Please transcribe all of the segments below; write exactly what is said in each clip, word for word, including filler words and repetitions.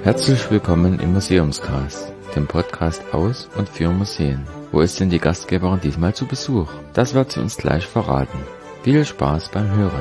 Herzlich willkommen im Museumscast, dem Podcast aus und für Museen. Wo ist denn die Gastgeberin diesmal zu Besuch? Das wird sie uns gleich verraten. Viel Spaß beim Hören.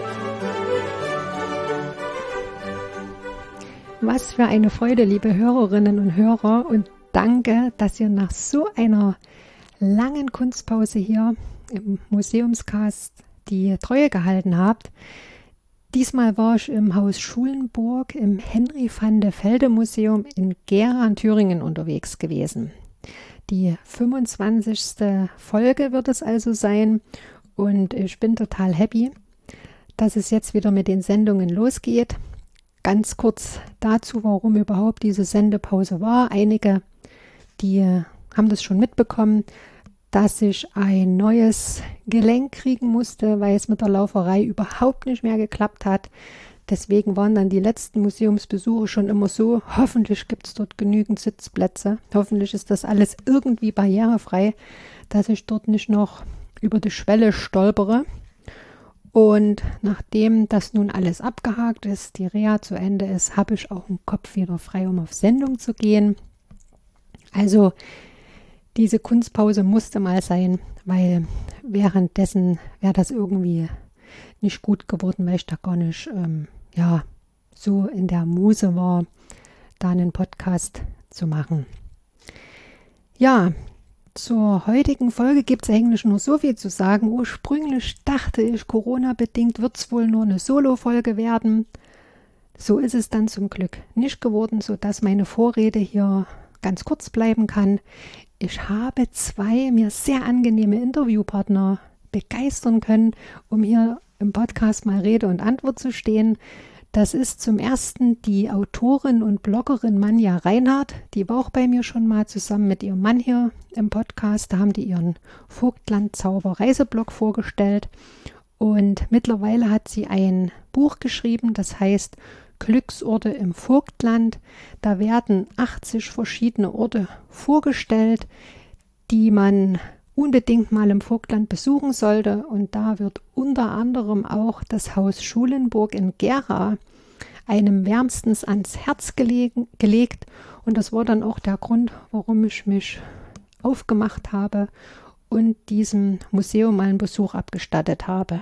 Was für eine Freude, liebe Hörerinnen und Hörer, und danke, dass ihr nach so einer langen Kunstpause hier im Museumscast die Treue gehalten habt. Diesmal war ich im Haus Schulenburg im Henry van de Velde Museum in Gera in Thüringen unterwegs gewesen. Die fünfundzwanzigste Folge wird es also sein und ich bin total happy, dass es jetzt wieder mit den Sendungen losgeht. Ganz kurz dazu, warum überhaupt diese Sendepause war. Einige, die haben das schon mitbekommen, dass ich ein neues Gelenk kriegen musste, weil es mit der Lauferei überhaupt nicht mehr geklappt hat. Deswegen waren dann die letzten Museumsbesuche schon immer so, hoffentlich gibt es dort genügend Sitzplätze. Hoffentlich ist das alles irgendwie barrierefrei, dass ich dort nicht noch über die Schwelle stolpere. Und nachdem das nun alles abgehakt ist, die Reha zu Ende ist, habe ich auch den Kopf wieder frei, um auf Sendung zu gehen. Also diese Kunstpause musste mal sein, weil währenddessen wäre das irgendwie nicht gut geworden, weil ich da gar nicht ähm, ja, so in der Muse war, da einen Podcast zu machen. Ja, zur heutigen Folge gibt es eigentlich nur so viel zu sagen. Ursprünglich dachte ich, Corona-bedingt wird es wohl nur eine Solo-Folge werden. So ist es dann zum Glück nicht geworden, sodass meine Vorrede hier ganz kurz bleiben kann. Ich habe zwei mir sehr angenehme Interviewpartner begeistern können, um hier im Podcast mal Rede und Antwort zu stehen. Das ist zum ersten die Autorin und Bloggerin Manja Reinhardt. Die war auch bei mir schon mal zusammen mit ihrem Mann hier im Podcast. Da haben die ihren Vogtland-Zauber-Reiseblog vorgestellt. Und mittlerweile hat sie ein Buch geschrieben, das heißt Glücksorte im Vogtland. Da werden achtzig verschiedene Orte vorgestellt, die man unbedingt mal im Vogtland besuchen sollte. Und da wird unter anderem auch das Haus Schulenburg in Gera einem wärmstens ans Herz gelegen, gelegt. Und das war dann auch der Grund, warum ich mich aufgemacht habe und diesem Museum mal einen Besuch abgestattet habe.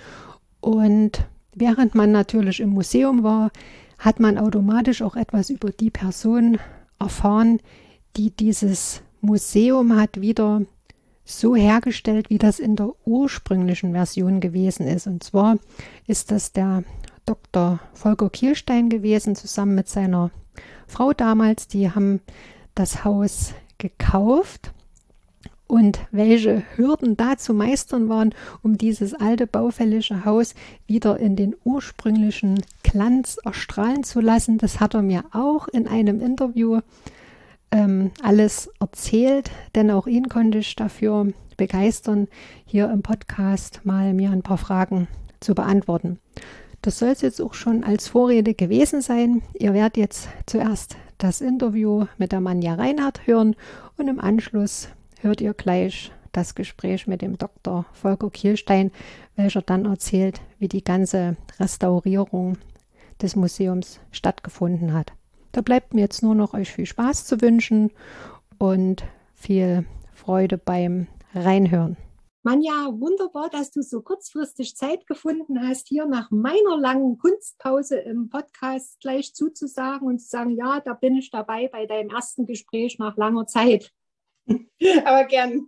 Und während man natürlich im Museum war, hat man automatisch auch etwas über die Person erfahren, die dieses Museum hat wieder so hergestellt, wie das in der ursprünglichen Version gewesen ist. Und zwar ist das der Doktor Volker Kielstein gewesen, zusammen mit seiner Frau damals. Die haben das Haus gekauft. Und welche Hürden da zu meistern waren, um dieses alte baufällige Haus wieder in den ursprünglichen Glanz erstrahlen zu lassen, das hat er mir auch in einem Interview ähm, alles erzählt, denn auch ihn konnte ich dafür begeistern, hier im Podcast mal mir ein paar Fragen zu beantworten. Das soll es jetzt auch schon als Vorrede gewesen sein. Ihr werdet jetzt zuerst das Interview mit der Manja Reinhardt hören und im Anschluss hört ihr gleich das Gespräch mit dem Doktor Volker Kielstein, welcher dann erzählt, wie die ganze Restaurierung des Museums stattgefunden hat. Da bleibt mir jetzt nur noch euch viel Spaß zu wünschen und viel Freude beim Reinhören. Manja, wunderbar, dass du so kurzfristig Zeit gefunden hast, hier nach meiner langen Kunstpause im Podcast gleich zuzusagen und zu sagen, ja, da bin ich dabei bei deinem ersten Gespräch nach langer Zeit. Aber gern.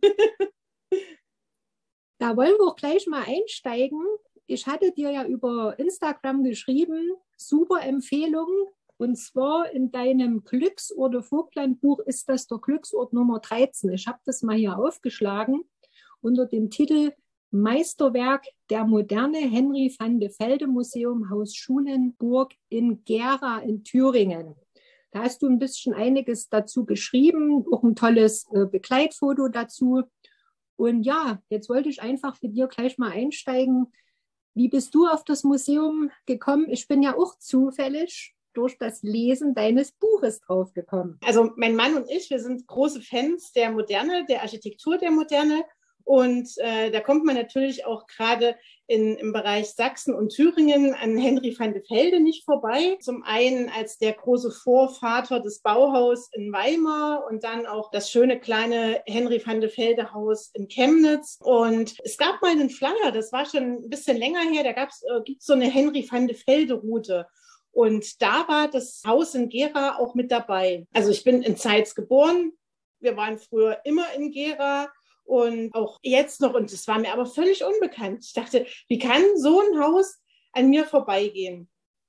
Da wollen wir auch gleich mal einsteigen. Ich hatte dir ja über Instagram geschrieben, super Empfehlung. Und zwar in deinem Glücksorte Vogtland Buch ist das der Glücksort Nummer dreizehn. Ich habe das mal hier aufgeschlagen unter dem Titel Meisterwerk der Moderne Henry van de Velde Museum Haus Schulenburg in Gera in Thüringen. Da hast du ein bisschen einiges dazu geschrieben, auch ein tolles äh, Begleitfoto dazu. Und ja, jetzt wollte ich einfach für dir gleich mal einsteigen. Wie bist du auf das Museum gekommen? Ich bin ja auch zufällig durch das Lesen deines Buches draufgekommen. Also mein Mann und ich, wir sind große Fans der Moderne, der Architektur der Moderne. Und äh, da kommt man natürlich auch gerade in, im Bereich Sachsen und Thüringen an Henry van de Velde nicht vorbei. Zum einen als der große Vorvater des Bauhaus in Weimar und dann auch das schöne kleine Henry van de Velde Haus in Chemnitz. Und es gab mal einen Flyer, das war schon ein bisschen länger her, da gab's, äh, gibt es so eine Henry van de Velde Route. Und da war das Haus in Gera auch mit dabei. Also ich bin in Zeitz geboren. Wir waren früher immer in Gera. Und auch jetzt noch, und das war mir aber völlig unbekannt. Ich dachte, wie kann so ein Haus an mir vorbeigehen?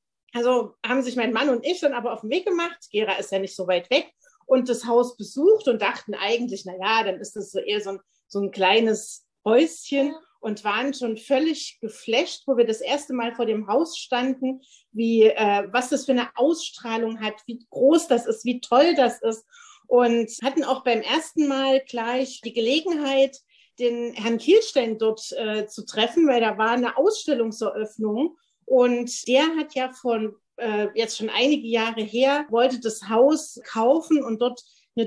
Also haben sich mein Mann und ich dann aber auf den Weg gemacht. Gera ist ja nicht so weit weg. Und das Haus besucht und dachten eigentlich, na ja, dann ist das so eher so ein, so ein kleines Häuschen. Und waren schon völlig geflasht, wo wir das erste Mal vor dem Haus standen, wie, äh, was das für eine Ausstrahlung hat, wie groß das ist, wie toll das ist. Und hatten auch beim ersten Mal gleich die Gelegenheit, den Herrn Kielstein dort äh, zu treffen, weil da war eine Ausstellungseröffnung. Und der hat ja von äh, jetzt schon einige Jahre her, wollte das Haus kaufen und dort eine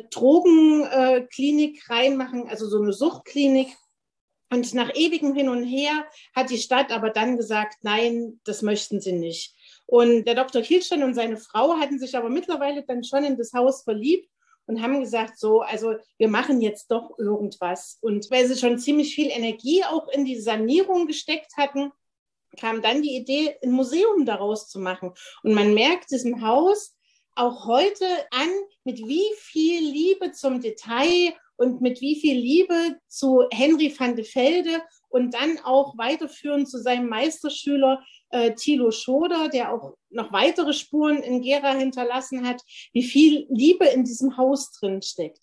Drogenklinik äh, reinmachen, also so eine Suchtklinik. Und nach ewigem Hin und Her hat die Stadt aber dann gesagt, nein, das möchten sie nicht. Und der Doktor Kielstein und seine Frau hatten sich aber mittlerweile dann schon in das Haus verliebt und haben gesagt, so, also wir machen jetzt doch irgendwas. Und weil sie schon ziemlich viel Energie auch in die Sanierung gesteckt hatten, kam dann die Idee, ein Museum daraus zu machen. Und man merkt diesem Haus auch heute an, mit wie viel Liebe zum Detail und mit wie viel Liebe zu Henry van de Velde und dann auch weiterführend zu seinem Meisterschüler äh, Thilo Schoder, der auch noch weitere Spuren in Gera hinterlassen hat, wie viel Liebe in diesem Haus drin steckt.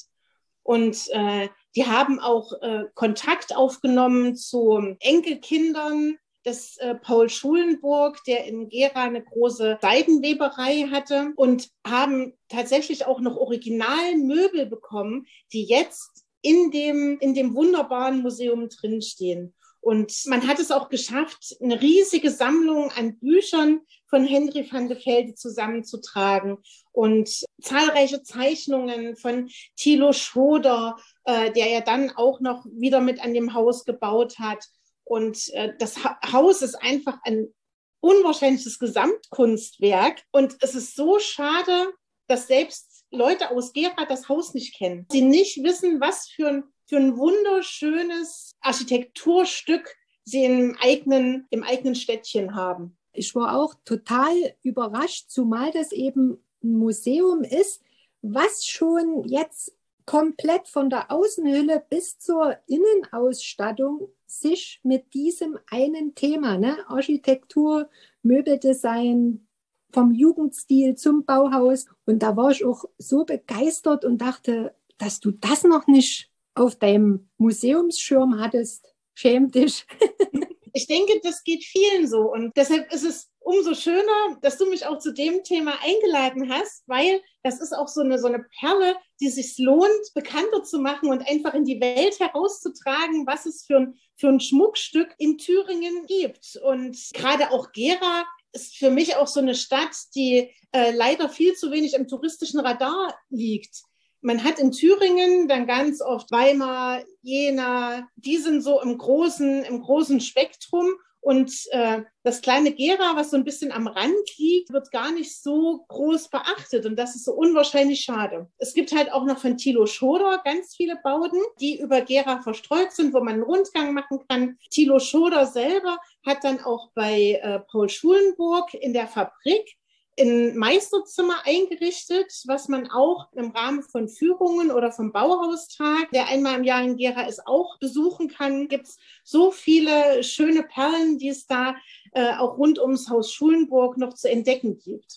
Und äh, die haben auch äh, Kontakt aufgenommen zu Enkelkindern des äh, Paul Schulenburg, der in Gera eine große Seidenweberei hatte, und haben tatsächlich auch noch Originalmöbel bekommen, die jetzt in dem, in dem wunderbaren Museum drinstehen. Und man hat es auch geschafft, eine riesige Sammlung an Büchern von Henry van de Velde zusammenzutragen und zahlreiche Zeichnungen von Thilo Schoder, äh, der ja dann auch noch wieder mit an dem Haus gebaut hat. Und äh, das ha- Haus ist einfach ein unwahrscheinliches Gesamtkunstwerk. Und es ist so schade, dass selbst Leute aus Gera das Haus nicht kennen. Sie nicht wissen, was für ein, für ein wunderschönes Architekturstück sie im eigenen, im eigenen Städtchen haben. Ich war auch total überrascht, zumal das eben ein Museum ist, was schon jetzt komplett von der Außenhülle bis zur Innenausstattung sich mit diesem einen Thema, ne, Architektur, Möbeldesign, vom Jugendstil zum Bauhaus. Und da war ich auch so begeistert und dachte, dass du das noch nicht auf deinem Museumsschirm hattest. Schäm dich. Ich denke, das geht vielen so. Und deshalb ist es umso schöner, dass du mich auch zu dem Thema eingeladen hast, weil das ist auch so eine, so eine Perle, die sich lohnt, bekannter zu machen und einfach in die Welt herauszutragen, was es für ein, für ein Schmuckstück in Thüringen gibt. Und gerade auch Gera ist für mich auch so eine Stadt, die äh, leider viel zu wenig im touristischen Radar liegt. Man hat in Thüringen dann ganz oft Weimar, Jena, die sind so im großen, im großen Spektrum. Und äh, das kleine Gera, was so ein bisschen am Rand liegt, wird gar nicht so groß beachtet. Und das ist so unwahrscheinlich schade. Es gibt halt auch noch von Thilo Schoder ganz viele Bauten, die über Gera verstreut sind, wo man einen Rundgang machen kann. Thilo Schoder selber hat dann auch bei äh, Paul Schulenburg in der Fabrik ein Meisterzimmer eingerichtet, was man auch im Rahmen von Führungen oder vom Bauhaustag, der einmal im Jahr in Gera ist, auch besuchen kann. Gibt es so viele schöne Perlen, die es da äh, auch rund ums Haus Schulenburg noch zu entdecken gibt.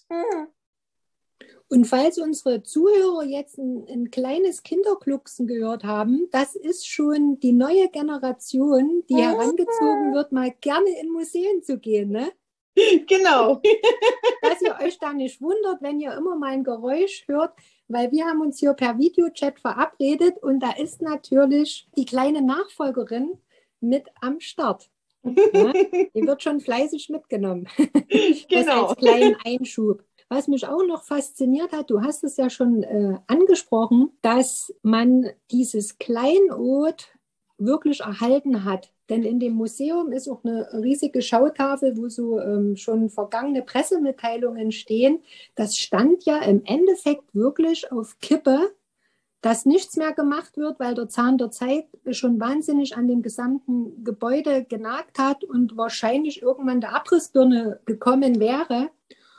Und falls unsere Zuhörer jetzt ein, ein kleines Kinderglucksen gehört haben, das ist schon die neue Generation, die herangezogen wird, mal gerne in Museen zu gehen, ne? Genau. Dass ihr euch da nicht wundert, wenn ihr immer mal ein Geräusch hört, weil wir haben uns hier per Videochat verabredet und da ist natürlich die kleine Nachfolgerin mit am Start. Ja, die wird schon fleißig mitgenommen. Genau. Das als kleinen Einschub. Was mich auch noch fasziniert hat, du hast es ja schon äh, angesprochen, dass man dieses Kleinod wirklich erhalten hat. Denn in dem Museum ist auch eine riesige Schautafel, wo so ähm, schon vergangene Pressemitteilungen stehen. Das stand ja im Endeffekt wirklich auf Kippe, dass nichts mehr gemacht wird, weil der Zahn der Zeit schon wahnsinnig an dem gesamten Gebäude genagt hat und wahrscheinlich irgendwann der Abrissbirne gekommen wäre.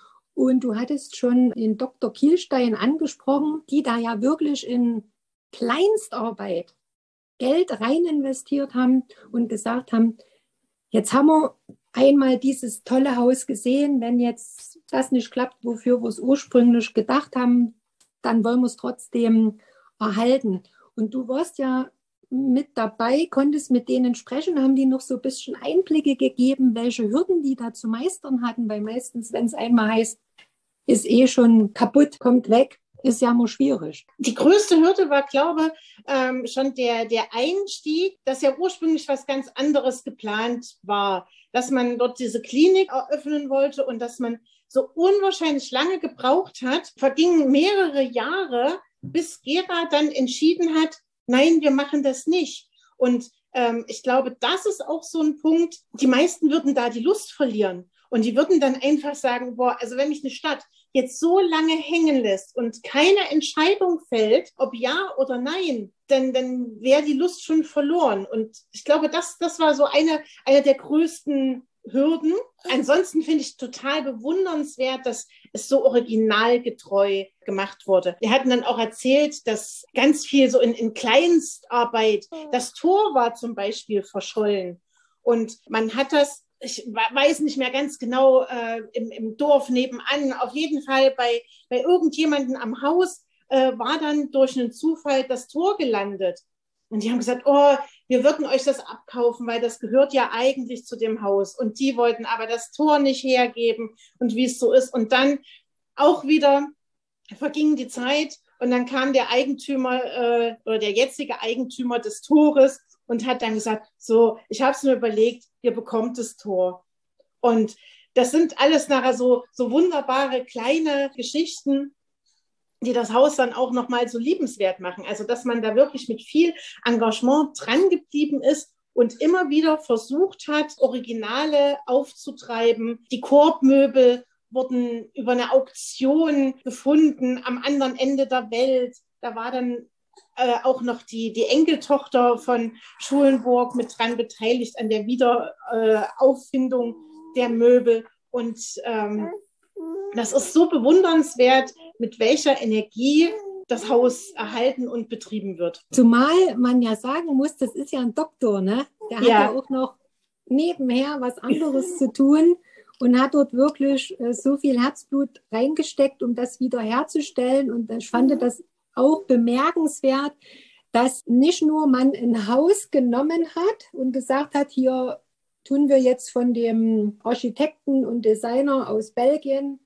Und du hattest schon den Doktor Kielstein angesprochen, die da ja wirklich in Kleinstarbeit Geld rein investiert haben und gesagt haben, jetzt haben wir einmal dieses tolle Haus gesehen, wenn jetzt das nicht klappt, wofür wir es ursprünglich gedacht haben, dann wollen wir es trotzdem erhalten. Und du warst ja mit dabei, konntest mit denen sprechen, haben die noch so ein bisschen Einblicke gegeben, welche Hürden die da zu meistern hatten, weil meistens, wenn es einmal heißt, ist eh schon kaputt, kommt weg, ist ja mal schwierig. Die größte Hürde war, glaube ich, ähm, schon der, der Einstieg, dass ja ursprünglich was ganz anderes geplant war, dass man dort diese Klinik eröffnen wollte und dass man so unwahrscheinlich lange gebraucht hat, vergingen mehrere Jahre, bis Gera dann entschieden hat, nein, wir machen das nicht. Und ähm, ich glaube, das ist auch so ein Punkt, die meisten würden da die Lust verlieren. Und die würden dann einfach sagen, boah, also wenn mich eine Stadt jetzt so lange hängen lässt und keine Entscheidung fällt, ob ja oder nein, dann, dann wäre die Lust schon verloren. Und ich glaube, das, das war so eine, eine der größten Hürden. Ansonsten finde ich total bewundernswert, dass es so originalgetreu gemacht wurde. Wir hatten dann auch erzählt, dass ganz viel so in, in Kleinstarbeit, das Tor war zum Beispiel verschollen. Und man hat das, ich weiß nicht mehr ganz genau, äh, im, im Dorf nebenan, auf jeden Fall bei, bei irgendjemandem am Haus äh, war dann durch einen Zufall das Tor gelandet. Und die haben gesagt, oh, wir würden euch das abkaufen, weil das gehört ja eigentlich zu dem Haus. Und die wollten aber das Tor nicht hergeben und wie es so ist. Und dann auch wieder verging die Zeit und dann kam der Eigentümer äh, oder der jetzige Eigentümer des Tores und hat dann gesagt, so, ich habe es mir überlegt, ihr bekommt das Tor. Und das sind alles nachher so, so wunderbare kleine Geschichten, die das Haus dann auch nochmal so liebenswert machen. Also, dass man da wirklich mit viel Engagement dran geblieben ist und immer wieder versucht hat, Originale aufzutreiben. Die Korbmöbel wurden über eine Auktion gefunden am anderen Ende der Welt. Da war dann äh, auch noch die, die Enkeltochter von Schulenburg mit dran beteiligt an der Wiederauffindung äh, der Möbel. Und ähm, das ist so bewundernswert, mit welcher Energie das Haus erhalten und betrieben wird. Zumal man ja sagen muss, das ist ja ein Doktor, ne? Der hat ja, ja auch noch nebenher was anderes zu tun und hat dort wirklich äh, so viel Herzblut reingesteckt, um das wieder herzustellen. Und ich fand das auch bemerkenswert, dass nicht nur man ein Haus genommen hat und gesagt hat, hier tun wir jetzt von dem Architekten und Designer aus Belgien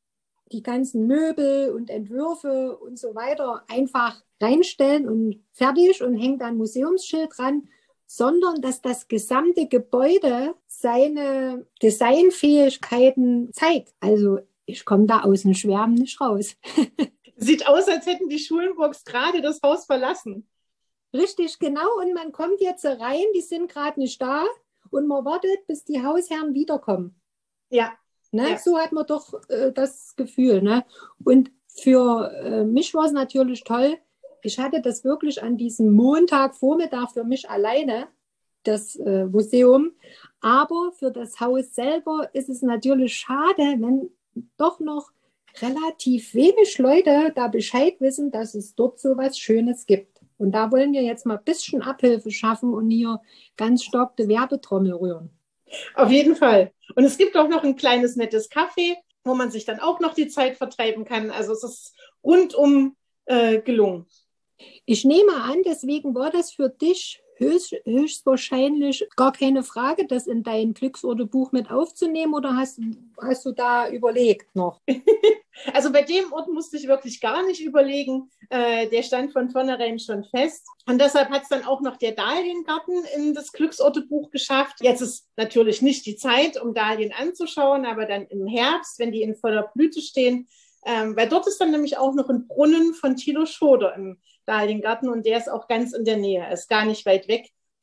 die ganzen Möbel und Entwürfe und so weiter einfach reinstellen und fertig und hängt ein Museumsschild dran, sondern dass das gesamte Gebäude seine Designfähigkeiten zeigt. Also ich komme da aus dem Schwärmen nicht raus. Sieht aus, als hätten die Schulenburgs gerade das Haus verlassen. Richtig, genau. Und man kommt jetzt rein, die sind gerade nicht da und man wartet, bis die Hausherren wiederkommen. Ja. Ne? Ja. So hat man doch äh, das Gefühl. Ne? Und für äh, mich war es natürlich toll. Ich hatte das wirklich an diesem Montagvormittag für mich alleine, das äh, Museum. Aber für das Haus selber ist es natürlich schade, wenn doch noch relativ wenig Leute da Bescheid wissen, dass es dort so was Schönes gibt. Und da wollen wir jetzt mal ein bisschen Abhilfe schaffen und hier ganz stark die Werbetrommel rühren. Auf jeden Fall. Und es gibt auch noch ein kleines, nettes Café, wo man sich dann auch noch die Zeit vertreiben kann. Also es ist rundum äh, gelungen. Ich nehme an, deswegen war das für dich höchst, höchstwahrscheinlich gar keine Frage, das in dein Glücksortebuch mit aufzunehmen, oder hast, hast du da überlegt noch? Also bei dem Ort musste ich wirklich gar nicht überlegen. Äh, der stand von vornherein schon fest. Und deshalb hat es dann auch noch der Dahliengarten in das Glücksortebuch geschafft. Jetzt ist natürlich nicht die Zeit, um Dahlien anzuschauen, aber dann im Herbst, wenn die in voller Blüte stehen, ähm, weil dort ist dann nämlich auch noch ein Brunnen von Thilo Schoder im Dahliengarten und der ist auch ganz in der Nähe, ist gar nicht weit weg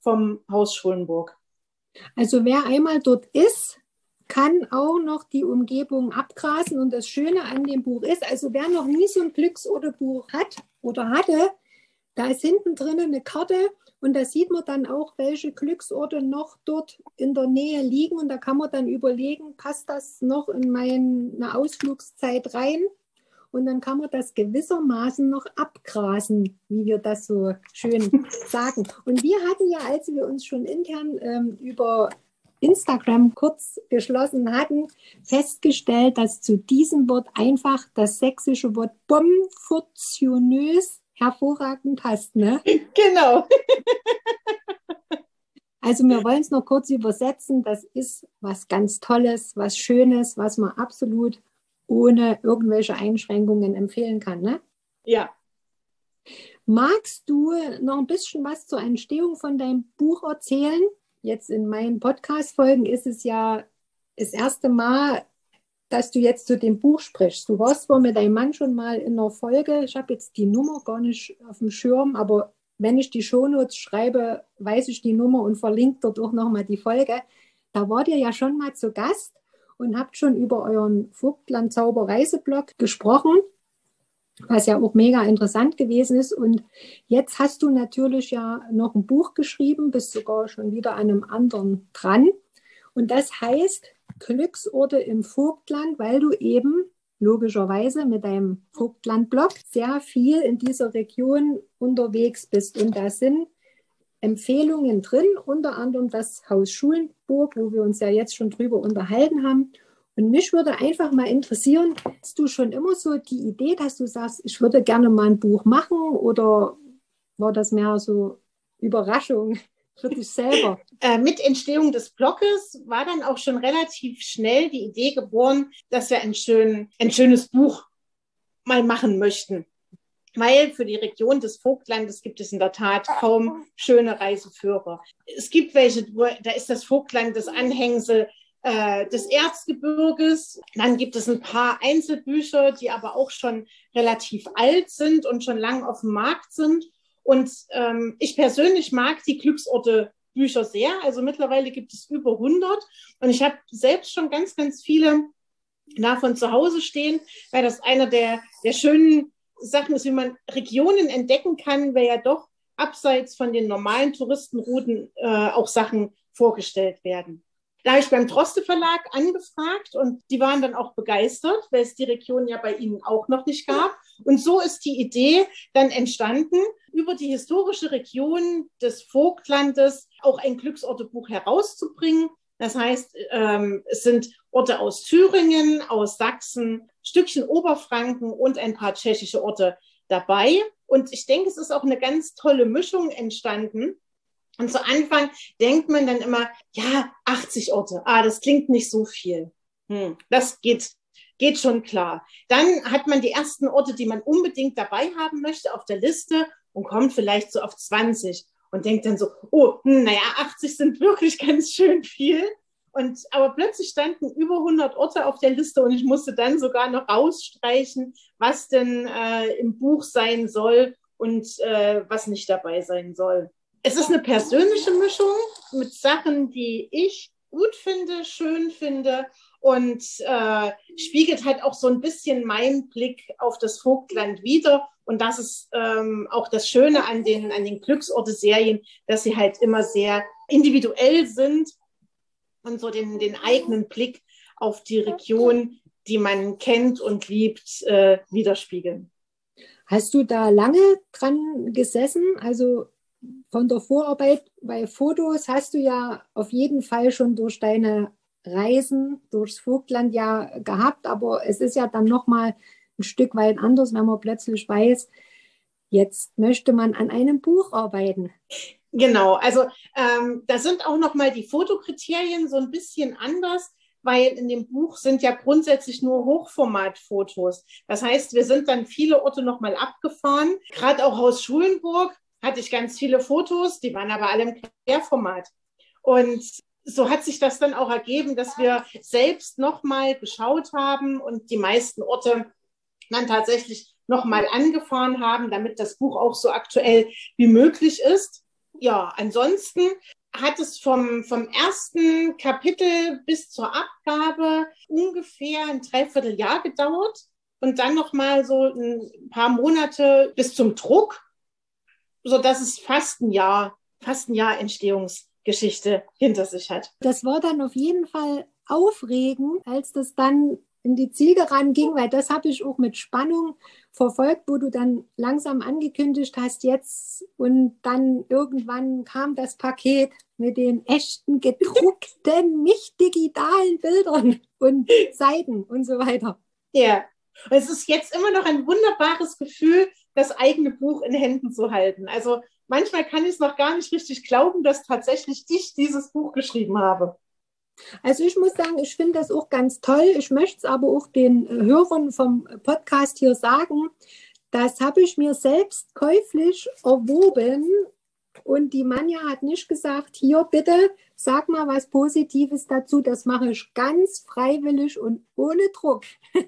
vom Haus Schulenburg. Also wer einmal dort ist, kann auch noch die Umgebung abgrasen. Und das Schöne an dem Buch ist, also wer noch nie so ein Glücksorte-Buch hat oder hatte, da ist hinten drin eine Karte und da sieht man dann auch, welche Glücksorte noch dort in der Nähe liegen. Und da kann man dann überlegen, passt das noch in meine Ausflugszeit rein? Und dann kann man das gewissermaßen noch abgrasen, wie wir das so schön sagen. Und wir hatten ja, als wir uns schon intern ähm, über Instagram kurz geschlossen hatten, festgestellt, dass zu diesem Wort einfach das sächsische Wort bomfortionös hervorragend passt, ne? Genau. Also wir wollen es noch kurz übersetzen. Das ist was ganz Tolles, was Schönes, was man absolut ohne irgendwelche Einschränkungen empfehlen kann, ne? Ja. Magst du noch ein bisschen was zur Entstehung von deinem Buch erzählen? Jetzt in meinen Podcast-Folgen ist es ja das erste Mal, dass du jetzt zu dem Buch sprichst. Du warst zwar mit deinem Mann schon mal in einer Folge, ich habe jetzt die Nummer gar nicht auf dem Schirm, aber wenn ich die Shownotes schreibe, weiß ich die Nummer und verlinke dort auch nochmal die Folge. Da wart ihr ja schon mal zu Gast und habt schon über euren Vogtland-Zauber-Reiseblog gesprochen, was ja auch mega interessant gewesen ist. Und jetzt hast du natürlich ja noch ein Buch geschrieben, bist sogar schon wieder an einem anderen dran. Und das heißt Glücksorte im Vogtland, weil du eben logischerweise mit deinem Vogtland-Blog sehr viel in dieser Region unterwegs bist. Und da sind Empfehlungen drin, unter anderem das Haus Schulenburg, wo wir uns ja jetzt schon drüber unterhalten haben. Und mich würde einfach mal interessieren, hast du schon immer so die Idee, dass du sagst, ich würde gerne mal ein Buch machen, oder war das mehr so Überraschung für dich selber? Äh, mit Entstehung des Blogs war dann auch schon relativ schnell die Idee geboren, dass wir ein, schön, ein schönes Buch mal machen möchten. Weil für die Region des Vogtlandes gibt es in der Tat kaum schöne Reiseführer. Es gibt welche, da ist das Vogtland das Anhängsel äh, des Erzgebirges. Dann gibt es ein paar Einzelbücher, die aber auch schon relativ alt sind und schon lange auf dem Markt sind. Und ähm, ich persönlich mag die Glücksorte-Bücher sehr. Also mittlerweile gibt es über hundert. Und ich habe selbst schon ganz, ganz viele davon zu Hause stehen, weil das einer der, der schönen Sachen ist, wie man Regionen entdecken kann, weil ja doch abseits von den normalen Touristenrouten äh, auch Sachen vorgestellt werden. Da habe ich beim Droste Verlag angefragt und die waren dann auch begeistert, weil es die Region ja bei ihnen auch noch nicht gab. Und so ist die Idee dann entstanden, über die historische Region des Vogtlandes auch ein Glücksortebuch herauszubringen. Das heißt, ähm, es sind Orte aus Thüringen, aus Sachsen, Stückchen Oberfranken und ein paar tschechische Orte dabei. Und ich denke, es ist auch eine ganz tolle Mischung entstanden. Und zu Anfang denkt man dann immer, ja, achtzig Orte, ah, das klingt nicht so viel. Hm, das geht, geht schon klar. Dann hat man die ersten Orte, die man unbedingt dabei haben möchte, auf der Liste und kommt vielleicht so auf zwanzig und denkt dann so, oh, hm, naja, achtzig sind wirklich ganz schön viel. Und, aber plötzlich standen über hundert Orte auf der Liste und ich musste dann sogar noch rausstreichen, was denn äh, im Buch sein soll und äh, was nicht dabei sein soll. Es ist eine persönliche Mischung mit Sachen, die ich gut finde, schön finde und äh, spiegelt halt auch so ein bisschen meinen Blick auf das Vogtland wider. Und das ist ähm, auch das Schöne an den, an den Glücksorte-Serien, dass sie halt immer sehr individuell sind und so den, den eigenen Blick auf die Region, die man kennt und liebt, äh, widerspiegeln. Hast du da lange dran gesessen? Also von der Vorarbeit bei Fotos hast du ja auf jeden Fall schon durch deine Reisen durchs Vogtland ja gehabt, aber es ist ja dann nochmal ein Stück weit anders, wenn man plötzlich weiß, jetzt möchte man an einem Buch arbeiten. Genau, also ähm, da sind auch nochmal die Fotokriterien so ein bisschen anders, weil in dem Buch sind ja grundsätzlich nur Hochformatfotos. Das heißt, wir sind dann viele Orte nochmal abgefahren, gerade auch Haus Schulenburg hatte ich ganz viele Fotos, die waren aber alle im Querformat. Und so hat sich das dann auch ergeben, dass wir selbst nochmal geschaut haben und die meisten Orte dann tatsächlich nochmal angefahren haben, damit das Buch auch so aktuell wie möglich ist. Ja, ansonsten hat es vom, vom ersten Kapitel bis zur Abgabe ungefähr ein Dreivierteljahr gedauert und dann nochmal so ein paar Monate bis zum Druck, sodass es fast ein Jahr, fast ein Jahr Entstehungsgeschichte hinter sich hat. Das war dann auf jeden Fall aufregend, als das dann in die Zielgeraden ranging, weil das habe ich auch mit Spannung verfolgt, wo du dann langsam angekündigt hast jetzt und dann irgendwann kam das Paket mit den echten gedruckten, nicht digitalen Bildern und Seiten und so weiter. Ja, und es ist jetzt immer noch ein wunderbares Gefühl, das eigene Buch in Händen zu halten. Also manchmal kann ich es noch gar nicht richtig glauben, dass tatsächlich ich dieses Buch geschrieben habe. Also ich muss sagen, ich finde das auch ganz toll. Ich möchte es aber auch den Hörern vom Podcast hier sagen, das habe ich mir selbst käuflich erworben und die Manja hat nicht gesagt, hier bitte, sag mal was Positives dazu. Das mache ich ganz freiwillig und ohne Druck.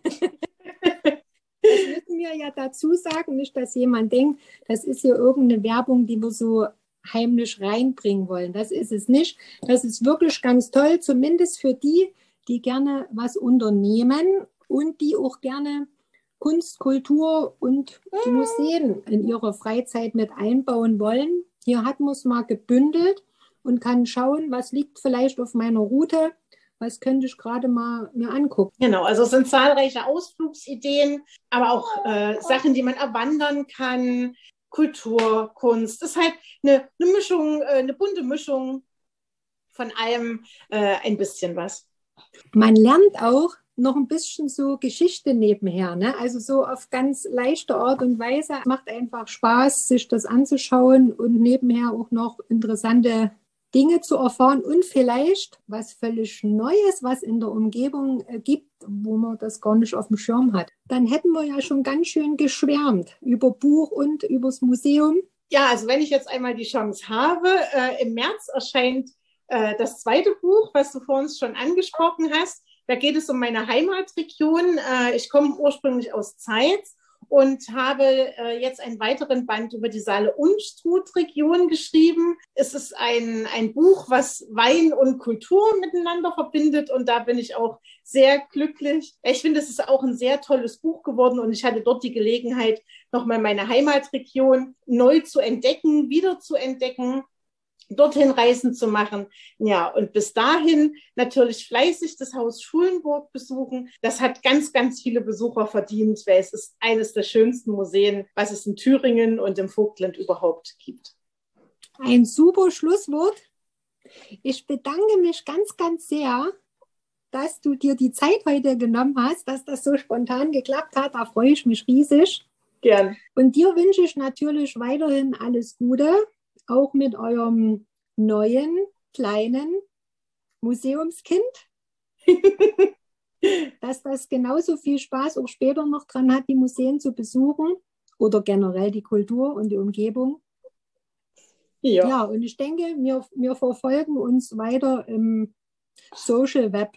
Das müssen wir ja dazu sagen, nicht, dass jemand denkt, das ist hier irgendeine Werbung, die wir so heimlich reinbringen wollen. Das ist es nicht. Das ist wirklich ganz toll, zumindest für die, die gerne was unternehmen und die auch gerne Kunst, Kultur und die Museen in ihrer Freizeit mit einbauen wollen. Hier hat man es mal gebündelt und kann schauen, was liegt vielleicht auf meiner Route, was könnte ich gerade mal mir angucken. Genau, also es sind zahlreiche Ausflugsideen, aber auch äh, Sachen, die man erwandern kann. Kultur, Kunst, das ist halt eine, eine Mischung, eine bunte Mischung von allem, äh, ein bisschen was. Man lernt auch noch ein bisschen so Geschichte nebenher, ne? Also so auf ganz leichte Art und Weise. Macht einfach Spaß, sich das anzuschauen und nebenher auch noch interessante Dinge zu erfahren und vielleicht was völlig Neues, was in der Umgebung äh, gibt, wo man das gar nicht auf dem Schirm hat. Dann hätten wir ja schon ganz schön geschwärmt über Buch und übers Museum. Ja, also wenn ich jetzt einmal die Chance habe, äh, im März erscheint äh, das zweite Buch, was du vor uns schon angesprochen hast. Da geht es um meine Heimatregion. Äh, ich komme ursprünglich aus Zeitz und habe äh, jetzt einen weiteren Band über die Saale-Unstrut-Region geschrieben. Es ist ein, ein Buch, was Wein und Kultur miteinander verbindet und da bin ich auch sehr glücklich. Ich finde, es ist auch ein sehr tolles Buch geworden und ich hatte dort die Gelegenheit, nochmal meine Heimatregion neu zu entdecken, wieder zu entdecken, dorthin Reisen zu machen. Ja, und bis dahin natürlich fleißig das Haus Schulenburg besuchen. Das hat ganz, ganz viele Besucher verdient, weil es ist eines der schönsten Museen, was es in Thüringen und im Vogtland überhaupt gibt. Ein super Schlusswort. Ich bedanke mich ganz, ganz sehr, dass du dir die Zeit heute genommen hast, dass das so spontan geklappt hat. Da freue ich mich riesig. Gern. Und dir wünsche ich natürlich weiterhin alles Gute. Auch mit eurem neuen, kleinen Museumskind, dass das genauso viel Spaß auch später noch dran hat, die Museen zu besuchen oder generell die Kultur und die Umgebung. Ja, ja und ich denke, wir, wir verfolgen uns weiter im Social Web.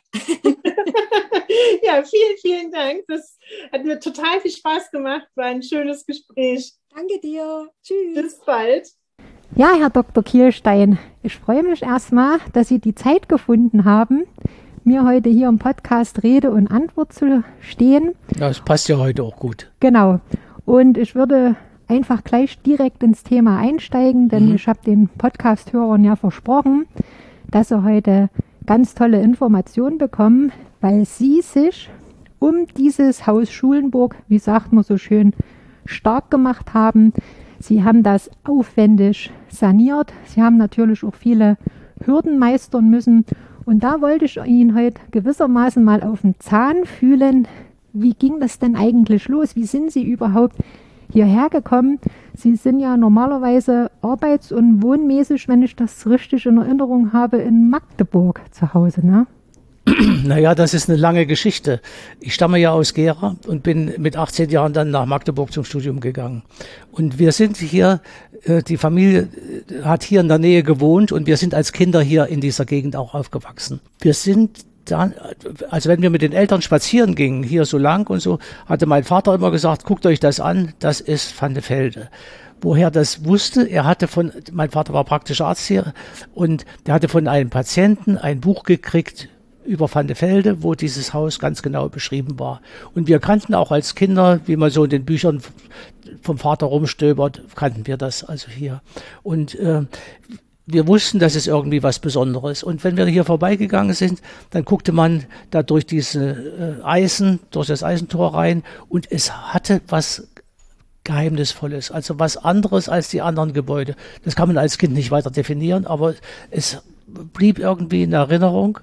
Ja, vielen, vielen Dank. Das hat mir total viel Spaß gemacht. War ein schönes Gespräch. Danke dir. Tschüss. Bis bald. Ja, Herr Doktor Kielstein, ich freue mich erstmal, dass Sie die Zeit gefunden haben, mir heute hier im Podcast Rede und Antwort zu stehen. Ja, das passt ja heute auch gut. Genau. Und ich würde einfach gleich direkt ins Thema einsteigen, denn mhm. ich habe den Podcast-Hörern ja versprochen, dass sie heute ganz tolle Informationen bekommen, weil Sie sich um dieses Haus Schulenburg, wie sagt man so schön, stark gemacht haben. Sie haben das aufwendig saniert. Sie haben natürlich auch viele Hürden meistern müssen. Und da wollte ich Ihnen heute gewissermaßen mal auf den Zahn fühlen. Wie ging das denn eigentlich los? Wie sind Sie überhaupt hierher gekommen? Sie sind ja normalerweise arbeits- und wohnmäßig, wenn ich das richtig in Erinnerung habe, in Magdeburg zu Hause, ne? Naja, das ist eine lange Geschichte. Ich stamme ja aus Gera und bin mit achtzehn Jahren dann nach Magdeburg zum Studium gegangen. Und wir sind hier, die Familie hat hier in der Nähe gewohnt und wir sind als Kinder hier in dieser Gegend auch aufgewachsen. Wir sind dann, also wenn wir mit den Eltern spazieren gingen, hier so lang und so, hatte mein Vater immer gesagt, guckt euch das an, das ist Van de Velde. woher das wusste. Er hatte von, mein Vater war praktischer Arzt hier und der hatte von einem Patienten ein Buch gekriegt über Van de Velde, wo dieses Haus ganz genau beschrieben war. Und wir kannten auch als Kinder, wie man so in den Büchern vom Vater rumstöbert, kannten wir das also hier. Und äh, wir wussten, das ist irgendwie was Besonderes. Und wenn wir hier vorbeigegangen sind, dann guckte man da durch diese äh, Eisen, durch das Eisentor rein und es hatte was Geheimnisvolles, also was anderes als die anderen Gebäude. Das kann man als Kind nicht weiter definieren, aber es blieb irgendwie in Erinnerung.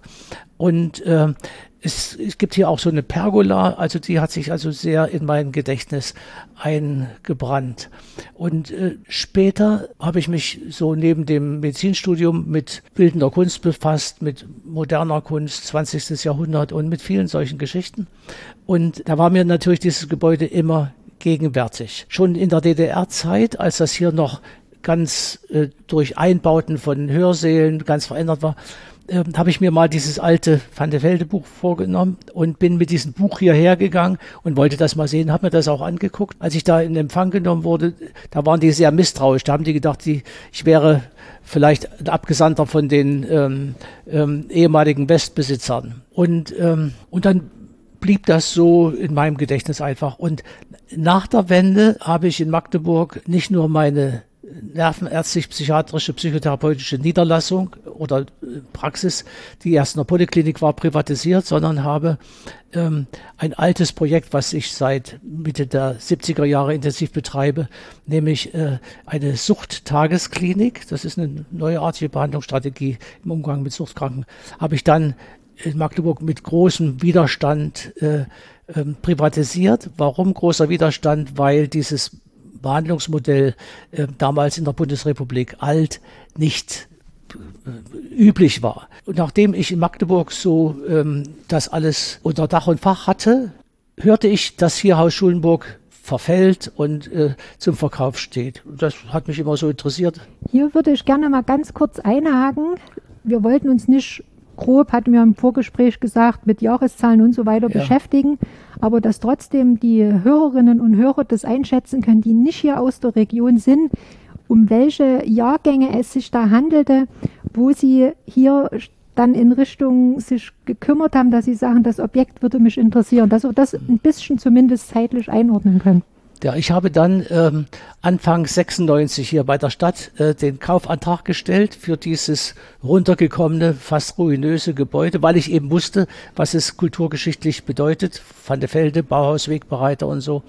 Und äh, es, es gibt hier auch so eine Pergola, also die hat sich also sehr in mein Gedächtnis eingebrannt. Und äh, später habe ich mich so neben dem Medizinstudium mit bildender Kunst befasst, mit moderner Kunst, zwanzigstes Jahrhundert und mit vielen solchen Geschichten. Und da war mir natürlich dieses Gebäude immer gegenwärtig. Schon in der D D R-Zeit, als das hier noch ganz äh, durch Einbauten von Hörsälen ganz verändert war, äh, habe ich mir mal dieses alte Van de Velde Buch vorgenommen und bin mit diesem Buch hierher gegangen und wollte das mal sehen, habe mir das auch angeguckt. Als ich da in Empfang genommen wurde, da waren die sehr misstrauisch, da haben die gedacht, die, ich wäre vielleicht ein Abgesandter von den ähm, ähm, ehemaligen Westbesitzern. Und, ähm, und dann blieb das so in meinem Gedächtnis einfach. Und nach der Wende habe ich in Magdeburg nicht nur meine nervenärztlich-psychiatrische, psychotherapeutische Niederlassung oder Praxis, die erst in der Poliklinik war, privatisiert, sondern habe ähm, ein altes Projekt, was ich seit Mitte der siebziger Jahre intensiv betreibe, nämlich äh, eine Suchttagesklinik. Das ist eine neuartige Behandlungsstrategie im Umgang mit Suchtkranken. Habe ich dann in Magdeburg mit großem Widerstand äh, äh, privatisiert. Warum großer Widerstand? Weil dieses Behandlungsmodell äh, damals in der Bundesrepublik alt nicht äh, üblich war. Und nachdem ich in Magdeburg so ähm, das alles unter Dach und Fach hatte, hörte ich, dass hier Haus Schulenburg verfällt und äh, zum Verkauf steht. Das hat mich immer so interessiert. Hier würde ich gerne mal ganz kurz einhaken. Wir wollten uns nicht grob, hatten wir im Vorgespräch gesagt, mit Jahreszahlen und so weiter ja. beschäftigen, aber dass trotzdem die Hörerinnen und Hörer das einschätzen können, die nicht hier aus der Region sind, um welche Jahrgänge es sich da handelte, wo sie hier dann in Richtung sich gekümmert haben, dass sie sagen, das Objekt würde mich interessieren, dass wir das ein bisschen zumindest zeitlich einordnen können. Ja, ich habe dann ähm, Anfang sechsundneunzig hier bei der Stadt äh, den Kaufantrag gestellt für dieses runtergekommene, fast ruinöse Gebäude, weil ich eben wusste, was es kulturgeschichtlich bedeutet. Van de Velde, Bauhaus, Wegbereiter und so.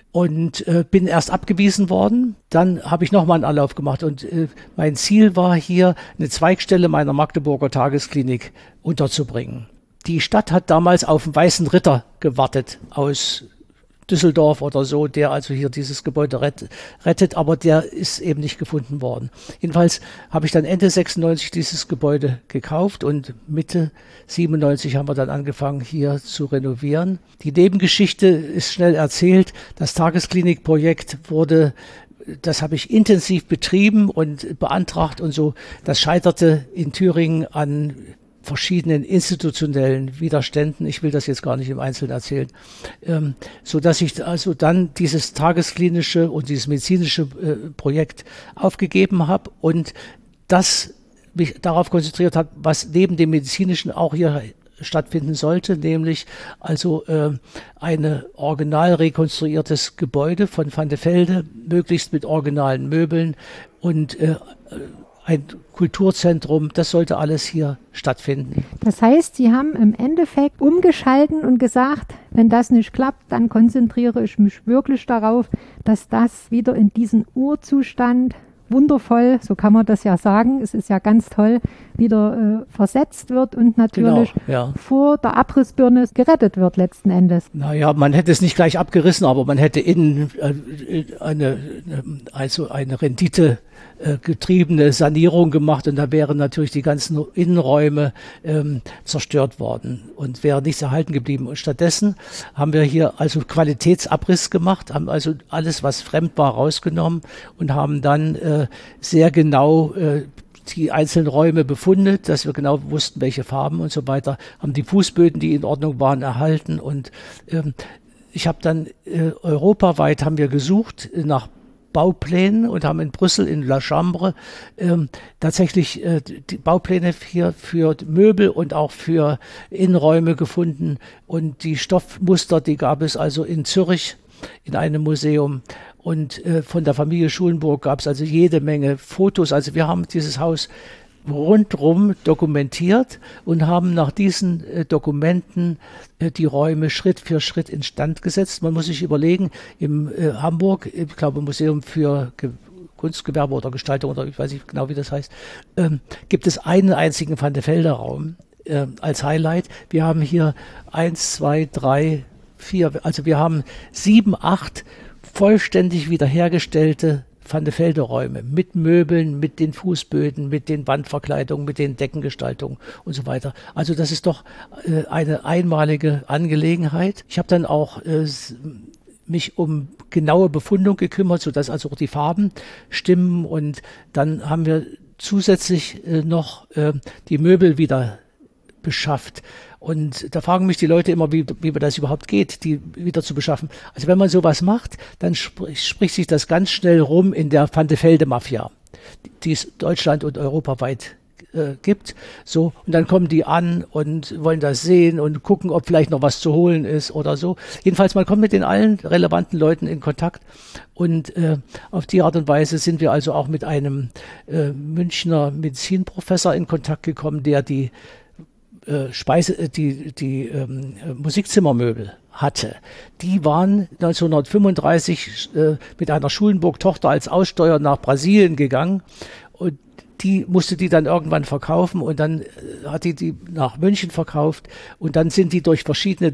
Und äh, bin erst abgewiesen worden. Dann habe ich nochmal einen Anlauf gemacht und äh, mein Ziel war hier, eine Zweigstelle meiner Magdeburger Tagesklinik unterzubringen. Die Stadt hat damals auf den Weißen Ritter gewartet aus Düsseldorf oder so, der also hier dieses Gebäude rett, rettet, aber der ist eben nicht gefunden worden. Jedenfalls habe ich dann Ende sechsundneunzig dieses Gebäude gekauft und Mitte siebenundneunzig haben wir dann angefangen, hier zu renovieren. Die Nebengeschichte ist schnell erzählt. Das Tagesklinikprojekt wurde, das habe ich intensiv betrieben und beantragt und so. Das scheiterte in Thüringen an verschiedenen institutionellen Widerständen. Ich will das jetzt gar nicht im Einzelnen erzählen. Ähm, so dass ich also dann dieses tagesklinische und dieses medizinische äh, Projekt aufgegeben habe und das mich darauf konzentriert hat, was neben dem medizinischen auch hier stattfinden sollte, nämlich also äh, ein original rekonstruiertes Gebäude von Van de Velde, möglichst mit originalen Möbeln und äh, ein Kulturzentrum, das sollte alles hier stattfinden. Das heißt, Sie haben im Endeffekt umgeschalten und gesagt, wenn das nicht klappt, dann konzentriere ich mich wirklich darauf, dass das wieder in diesen Urzustand wundervoll, so kann man das ja sagen, es ist ja ganz toll, wieder äh, versetzt wird und natürlich genau, ja. vor der Abrissbirne gerettet wird letzten Endes. Naja, man hätte es nicht gleich abgerissen, aber man hätte innen äh, eine, also eine Rendite äh, getriebene Sanierung gemacht und da wären natürlich die ganzen Innenräume ähm, zerstört worden und wäre nichts erhalten geblieben. Und stattdessen haben wir hier also Qualitätsabriss gemacht, haben also alles, was fremd war, rausgenommen und haben dann äh, sehr genau äh, die einzelnen Räume befundet, dass wir genau wussten, welche Farben und so weiter, haben die Fußböden, die in Ordnung waren, erhalten und ähm, ich habe dann äh, europaweit haben wir gesucht nach Bauplänen und haben in Brüssel in La Chambre ähm, tatsächlich äh, die Baupläne hier für Möbel und auch für Innenräume gefunden. Und die Stoffmuster, die gab es also in Zürich in einem Museum. Und äh, von der Familie Schulenburg gab es also jede Menge Fotos. Also wir haben dieses Haus rundrum dokumentiert und haben nach diesen äh, Dokumenten äh, die Räume Schritt für Schritt instand gesetzt. Man muss sich überlegen, im äh, Hamburg, ich glaube Museum für Ge- Kunstgewerbe oder Gestaltung oder ich weiß nicht genau, wie das heißt, ähm, gibt es einen einzigen Van de Velde Raum äh, als Highlight. Wir haben hier eins, zwei, drei, vier, also wir haben sieben, acht vollständig wiederhergestellte Van de Velde Räume mit Möbeln, mit den Fußböden, mit den Wandverkleidungen, mit den Deckengestaltungen und so weiter. Also das ist doch äh, eine einmalige Angelegenheit. Ich habe dann auch äh, mich um genaue Befundung gekümmert, sodass also auch die Farben stimmen, und dann haben wir zusätzlich äh, noch äh, die Möbel wieder beschafft. Und da fragen mich die Leute immer, wie, wie das überhaupt geht, die wieder zu beschaffen. Also wenn man sowas macht, dann sp- spricht sich das ganz schnell rum in der Van de Velde Mafia, die es Deutschland und europaweit äh, gibt. So, und dann kommen die an und wollen das sehen und gucken, ob vielleicht noch was zu holen ist oder so. Jedenfalls, man kommt mit den allen relevanten Leuten in Kontakt. Und äh, auf die Art und Weise sind wir also auch mit einem äh, Münchner Medizinprofessor in Kontakt gekommen, der die Speise, die, die ähm, Musikzimmermöbel hatte. Die waren neunzehnhundertfünfunddreißig äh, mit einer Schulenburg-Tochter als Aussteuer nach Brasilien gegangen, und die musste die dann irgendwann verkaufen, und dann äh, hat die die nach München verkauft, und dann sind die durch verschiedene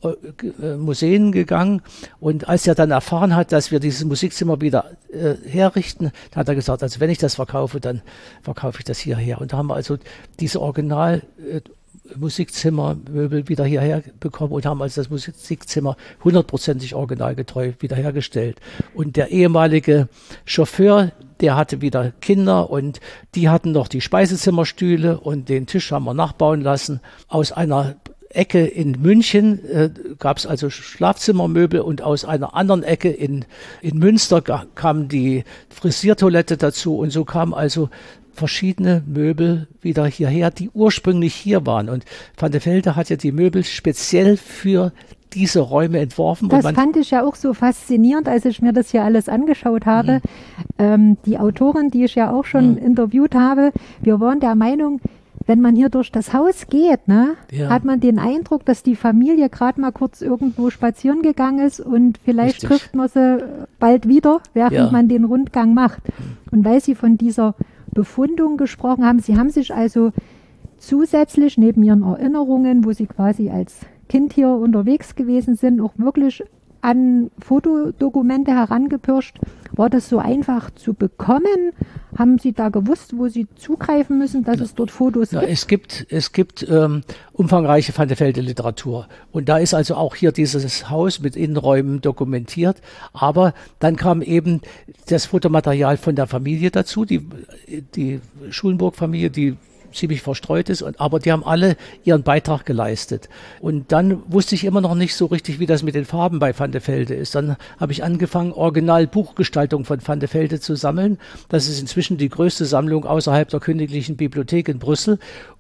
äh, Museen gegangen, und als er dann erfahren hat, dass wir dieses Musikzimmer wieder äh, herrichten, hat er gesagt, also wenn ich das verkaufe, dann verkaufe ich das hierher. Und da haben wir also diese Original äh, Musikzimmermöbel wieder hierher bekommen und haben also das Musikzimmer hundertprozentig originalgetreu wiederhergestellt. Und der ehemalige Chauffeur, der hatte wieder Kinder, und die hatten noch die Speisezimmerstühle, und den Tisch haben wir nachbauen lassen. Aus einer Ecke in München äh, gab es also Schlafzimmermöbel, und aus einer anderen Ecke in, in Münster ga, kam die Frisiertoilette dazu, und so kamen also verschiedene Möbel wieder hierher, die ursprünglich hier waren. Und Van de Velde hat ja die Möbel speziell für diese Räume entworfen. Das und man fand ich ja auch so faszinierend, als ich mir das hier alles angeschaut habe. Mhm. Ähm, die Autorin, die ich ja auch schon mhm. interviewt habe, wir waren der Meinung, wenn man hier durch das Haus geht, ne, ja. hat man den Eindruck, dass die Familie gerade mal kurz irgendwo spazieren gegangen ist, und vielleicht Richtig. trifft man sie bald wieder, während ja. man den Rundgang macht. Und weil Sie von dieser Befundung gesprochen haben, Sie haben sich also zusätzlich neben Ihren Erinnerungen, wo Sie quasi als Kind hier unterwegs gewesen sind, auch wirklich an Fotodokumente herangepirscht. War das so einfach zu bekommen? Haben Sie da gewusst, wo Sie zugreifen müssen, dass ja. es dort Fotos ja, gibt? Es gibt, es gibt ähm, umfangreiche Van de Velde Literatur. Und da ist also auch hier dieses Haus mit Innenräumen dokumentiert. Aber dann kam eben das Fotomaterial von der Familie dazu, die, die Schulenburg-Familie, die ziemlich verstreut ist, und, aber die haben alle ihren Beitrag geleistet. Und dann wusste ich immer noch nicht so richtig, wie das mit den Farben bei Van de Velde ist. Dann habe ich angefangen, Original-Buchgestaltung von Van de Velde zu sammeln. Das ist inzwischen die größte Sammlung außerhalb der Königlichen Bibliothek in Brüssel,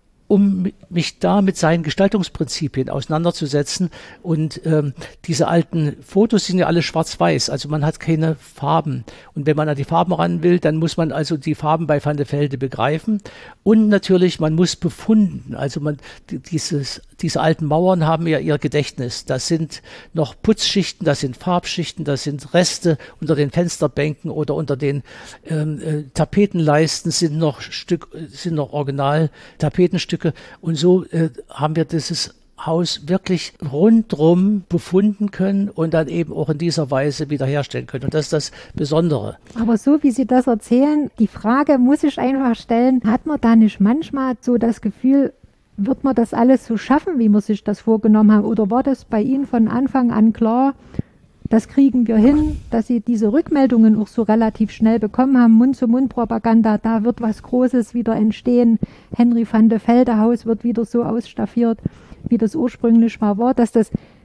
um mich da mit seinen Gestaltungsprinzipien auseinanderzusetzen. Und ähm, diese alten Fotos sind ja alle schwarz-weiß, also man hat keine Farben. Und wenn man an die Farben ran will, dann muss man also die Farben bei Van de Velde begreifen. Und natürlich, man muss befunden. Also man, dieses, diese alten Mauern haben ja ihr Gedächtnis. Das sind noch Putzschichten, das sind Farbschichten, das sind Reste unter den Fensterbänken oder unter den ähm, äh, Tapetenleisten sind noch Stück, sind noch Original-Tapetenstücke. Und so äh, haben wir dieses Haus wirklich rundrum befunden können und dann eben auch in dieser Weise wiederherstellen können. Und das ist das Besondere. Aber so wie Sie das erzählen, die Frage muss ich einfach stellen, hat man da nicht manchmal so das Gefühl, wird man das alles so schaffen, wie man sich das vorgenommen hat? Oder war das bei Ihnen von Anfang an klar, das kriegen wir hin, dass Sie diese Rückmeldungen auch so relativ schnell bekommen haben, Mund-zu-Mund-Propaganda, da wird was Großes wieder entstehen, Henry van de Velde Haus wird wieder so ausstaffiert, wie das ursprünglich mal war, dass das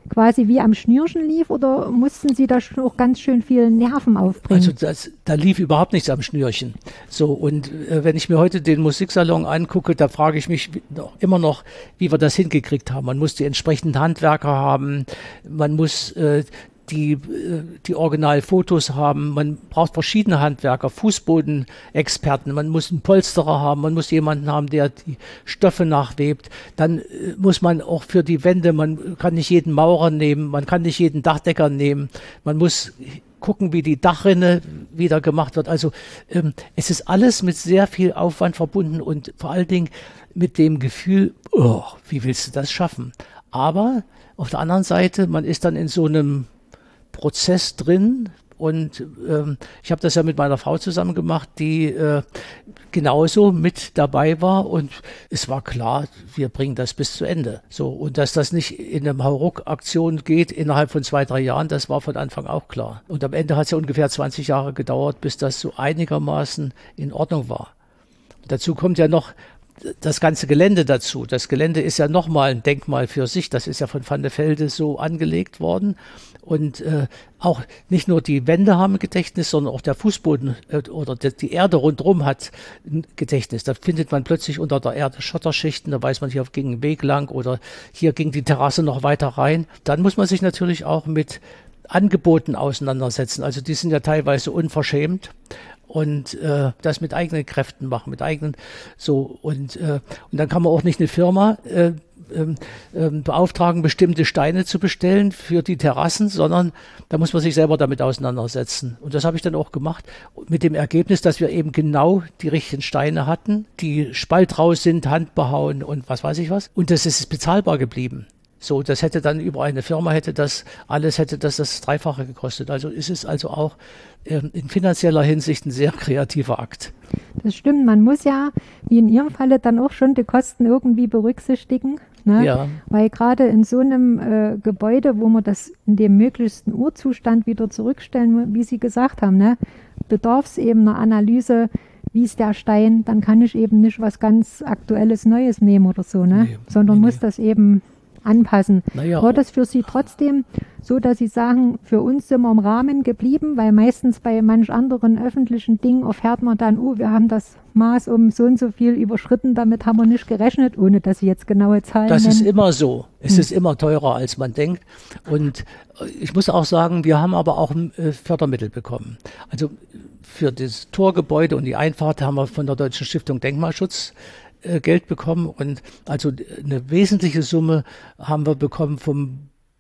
quasi wie am Schnürchen lief oder mussten Sie da schon auch ganz schön viel Nerven aufbringen? Also das, da lief überhaupt nichts am Schnürchen. So, und äh, wenn ich mir heute den Musiksalon angucke, da frage ich mich noch, immer noch, wie wir das hingekriegt haben. Man muss die entsprechenden Handwerker haben, man muss äh, die, die Originalfotos haben, man braucht verschiedene Handwerker, Fußbodenexperten, man muss einen Polsterer haben, man muss jemanden haben, der die Stoffe nachwebt, dann muss man auch für die Wände, man kann nicht jeden Maurer nehmen, man kann nicht jeden Dachdecker nehmen, man muss gucken, wie die Dachrinne wieder gemacht wird. Also ähm, es ist alles mit sehr viel Aufwand verbunden und vor allen Dingen mit dem Gefühl, oh, wie willst du das schaffen? Aber auf der anderen Seite, man ist dann in so einem Prozess drin und ähm, ich habe das ja mit meiner Frau zusammen gemacht, die äh, genauso mit dabei war und es war klar, wir bringen das bis zu Ende. So, und dass das nicht in einer Hauruck-Aktion geht innerhalb von zwei, drei Jahren, das war von Anfang auch klar. Und am Ende hat es ja ungefähr zwanzig Jahre gedauert, bis das so einigermaßen in Ordnung war. Und dazu kommt ja noch das ganze Gelände dazu. Das Gelände ist ja nochmal ein Denkmal für sich. Das ist ja von Van de Velde so angelegt worden. Und äh, auch nicht nur die Wände haben ein Gedächtnis, sondern auch der Fußboden äh, oder die, die Erde rundherum hat ein Gedächtnis. Da findet man plötzlich unter der Erde Schotterschichten. Da weiß man, hier ging ein Weg lang oder hier ging die Terrasse noch weiter rein. Dann muss man sich natürlich auch mit Angeboten auseinandersetzen. Also die sind ja teilweise unverschämt. Und äh, das mit eigenen Kräften machen, mit eigenen so und äh, und dann kann man auch nicht eine Firma äh, äh, äh, beauftragen, bestimmte Steine zu bestellen für die Terrassen, sondern da muss man sich selber damit auseinandersetzen. Und das habe ich dann auch gemacht, mit dem Ergebnis, dass wir eben genau die richtigen Steine hatten, die spaltraus sind, handbehauen und was weiß ich was. Und das ist bezahlbar geblieben. So, das hätte dann über eine Firma, hätte das alles, hätte das das Dreifache gekostet. Also ist es also auch ähm, in finanzieller Hinsicht ein sehr kreativer Akt. Das stimmt, man muss ja, wie in Ihrem Falle, dann auch schon die Kosten irgendwie berücksichtigen. Ne? Ja. Weil gerade in so einem äh, Gebäude, wo man das in dem möglichsten Urzustand wieder zurückstellen, wie Sie gesagt haben, ne, bedarf es eben einer Analyse, wie ist der Stein, dann kann ich eben nicht was ganz Aktuelles Neues nehmen oder so, ne? Nee, sondern nee, muss nee. das eben anpassen. Naja. War das für Sie trotzdem so, dass Sie sagen, für uns sind wir im Rahmen geblieben, weil meistens bei manch anderen öffentlichen Dingen erfährt man dann, oh, wir haben das Maß um so und so viel überschritten, damit haben wir nicht gerechnet, ohne dass Sie jetzt genaue Zahlen Das nennen. ist immer so. Es Hm. ist immer teurer, als man denkt. Und ich muss auch sagen, wir haben aber auch äh, Fördermittel bekommen. Also für das Torgebäude und die Einfahrt haben wir von der Deutschen Stiftung Denkmalschutz äh, Geld bekommen. Und also eine wesentliche Summe haben wir bekommen vom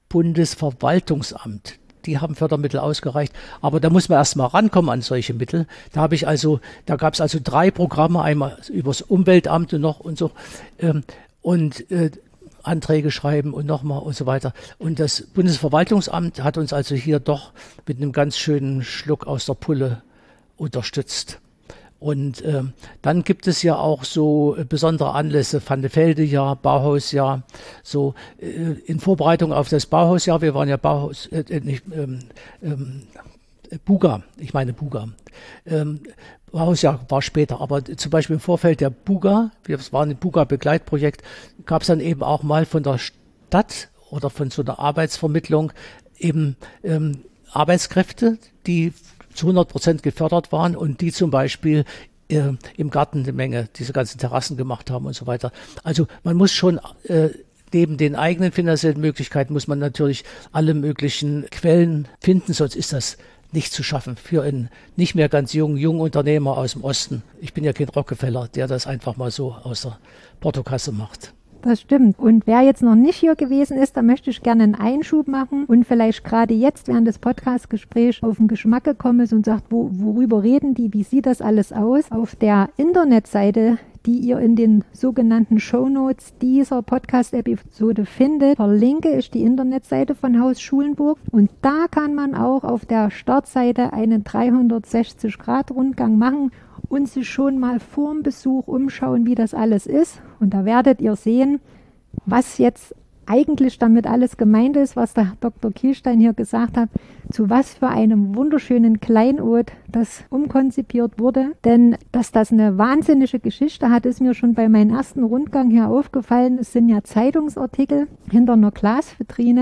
Bundesverwaltungsamt. Die haben Fördermittel ausgereicht, aber da muss man erst mal rankommen an solche Mittel. Da habe ich also, da gab es also drei Programme, einmal übers Umweltamt und noch und so ähm, und äh, Anträge schreiben und nochmal und so weiter. Und das Bundesverwaltungsamt hat uns also hier doch mit einem ganz schönen Schluck aus der Pulle unterstützt. Und ähm, dann gibt es ja auch so äh, besondere Anlässe, Van de Velde-Jahr, Bauhausjahr, so äh, in Vorbereitung auf das Bauhausjahr, wir waren ja Bauhaus, äh, nicht, ähm, ähm, Buga, ich meine Buga. Ähm, Bauhausjahr war später, aber zum Beispiel im Vorfeld der Buga, es war ein Buga-Begleitprojekt, gab es dann eben auch mal von der Stadt oder von so einer Arbeitsvermittlung eben ähm, Arbeitskräfte, die zu hundert Prozent gefördert waren und die zum Beispiel äh, im Garten eine Menge diese ganzen Terrassen gemacht haben und so weiter. Also man muss schon äh, neben den eigenen finanziellen Möglichkeiten muss man natürlich alle möglichen Quellen finden, sonst ist das nicht zu schaffen für einen nicht mehr ganz jungen, jungen Unternehmer aus dem Osten. Ich bin ja kein Rockefeller, der das einfach mal so aus der Portokasse macht. Das stimmt. Und wer jetzt noch nicht hier gewesen ist, da möchte ich gerne einen Einschub machen und vielleicht gerade jetzt während des Podcast-Gesprächs auf den Geschmack gekommen ist und sagt, wo, worüber reden die, wie sieht das alles aus? Auf der Internetseite, die ihr in den sogenannten Shownotes dieser Podcast-Episode findet, verlinke ich die Internetseite von Haus Schulenburg und da kann man auch auf der Startseite einen dreihundertsechzig Grad Rundgang machen und sich schon mal vor dem Besuch umschauen, wie das alles ist. Und da werdet ihr sehen, was jetzt eigentlich damit alles gemeint ist, was der Doktor Kielstein hier gesagt hat, zu was für einem wunderschönen Kleinod das umkonzipiert wurde. Denn dass das eine wahnsinnige Geschichte hat, ist mir schon bei meinem ersten Rundgang hier aufgefallen. Es sind ja Zeitungsartikel hinter einer Glasvitrine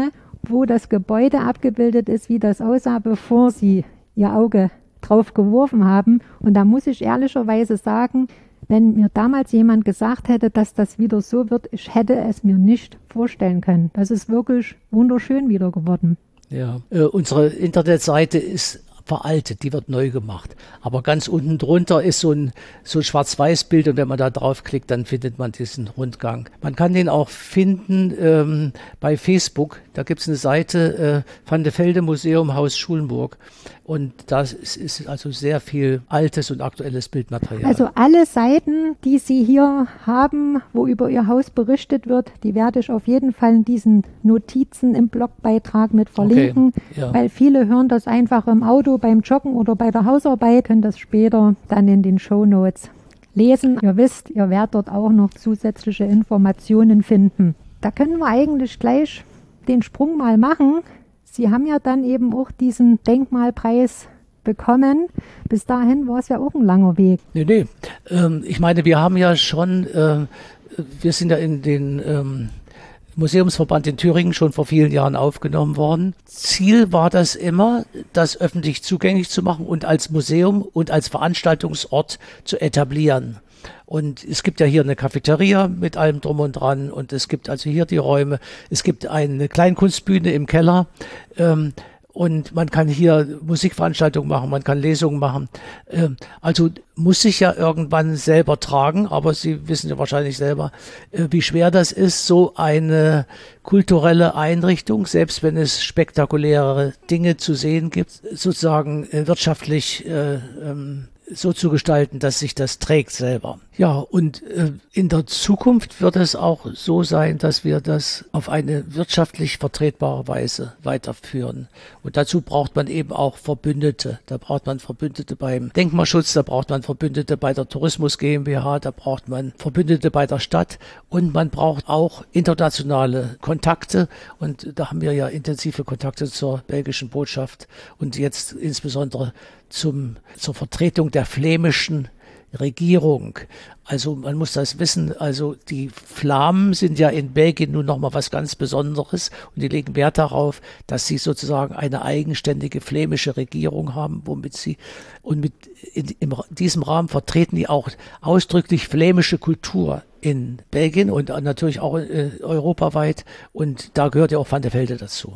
wo das Gebäude abgebildet ist, wie das aussah, bevor sie ihr Auge drauf geworfen haben. Und da muss ich ehrlicherweise sagen, wenn mir damals jemand gesagt hätte, dass das wieder so wird, ich hätte es mir nicht vorstellen können. Das ist wirklich wunderschön wieder geworden. Ja, äh, unsere Internetseite ist veraltet, die wird neu gemacht. Aber ganz unten drunter ist so ein, so ein Schwarz-Weiß-Bild und wenn man da draufklickt, dann findet man diesen Rundgang. Man kann den auch finden ähm, bei Facebook. Da gibt es eine Seite, äh, Van de Velde Museum Haus Schulenburg. Und da ist, ist also sehr viel altes und aktuelles Bildmaterial. Also alle Seiten, die Sie hier haben, wo über Ihr Haus berichtet wird, die werde ich auf jeden Fall in diesen Notizen im Blogbeitrag mit verlinken, okay, ja. Weil viele hören das einfach im Auto beim Joggen oder bei der Hausarbeit, können das später dann in den Shownotes lesen. Ihr wisst, ihr werdet dort auch noch zusätzliche Informationen finden. Da können wir eigentlich gleich den Sprung mal machen. Sie haben ja dann eben auch diesen Denkmalpreis bekommen. Bis dahin war es ja auch ein langer Weg. Nee, nee. Ähm, ich meine, wir haben ja schon, äh, wir sind ja in den ähm, Museumsverband in Thüringen schon vor vielen Jahren aufgenommen worden. Ziel war das immer, das öffentlich zugänglich zu machen und als Museum und als Veranstaltungsort zu etablieren. Und es gibt ja hier eine Cafeteria mit allem drum und dran und es gibt also hier die Räume. Es gibt eine Kleinkunstbühne im Keller ähm, und man kann hier Musikveranstaltungen machen, man kann Lesungen machen. Ähm, also muss sich ja irgendwann selber tragen, aber Sie wissen ja wahrscheinlich selber, äh, wie schwer das ist, so eine kulturelle Einrichtung, selbst wenn es spektakuläre Dinge zu sehen gibt, sozusagen äh, wirtschaftlich äh, ähm, so zu gestalten, dass sich das trägt selber. Ja, und äh, in der Zukunft wird es auch so sein, dass wir das auf eine wirtschaftlich vertretbare Weise weiterführen. Und dazu braucht man eben auch Verbündete. Da braucht man Verbündete beim Denkmalschutz, da braucht man Verbündete bei der Tourismus GmbH, da braucht man Verbündete bei der Stadt und man braucht auch internationale Kontakte. Und da haben wir ja intensive Kontakte zur belgischen Botschaft und jetzt insbesondere zum, zur Vertretung der flämischen Regierung. Also man muss das wissen, also die Flamen sind ja in Belgien nun nochmal was ganz Besonderes und die legen Wert darauf, dass sie sozusagen eine eigenständige flämische Regierung haben, womit sie, und mit in, in diesem Rahmen vertreten die auch ausdrücklich flämische Kultur in Belgien und natürlich auch äh, europaweit und da gehört ja auch Van de Velde dazu.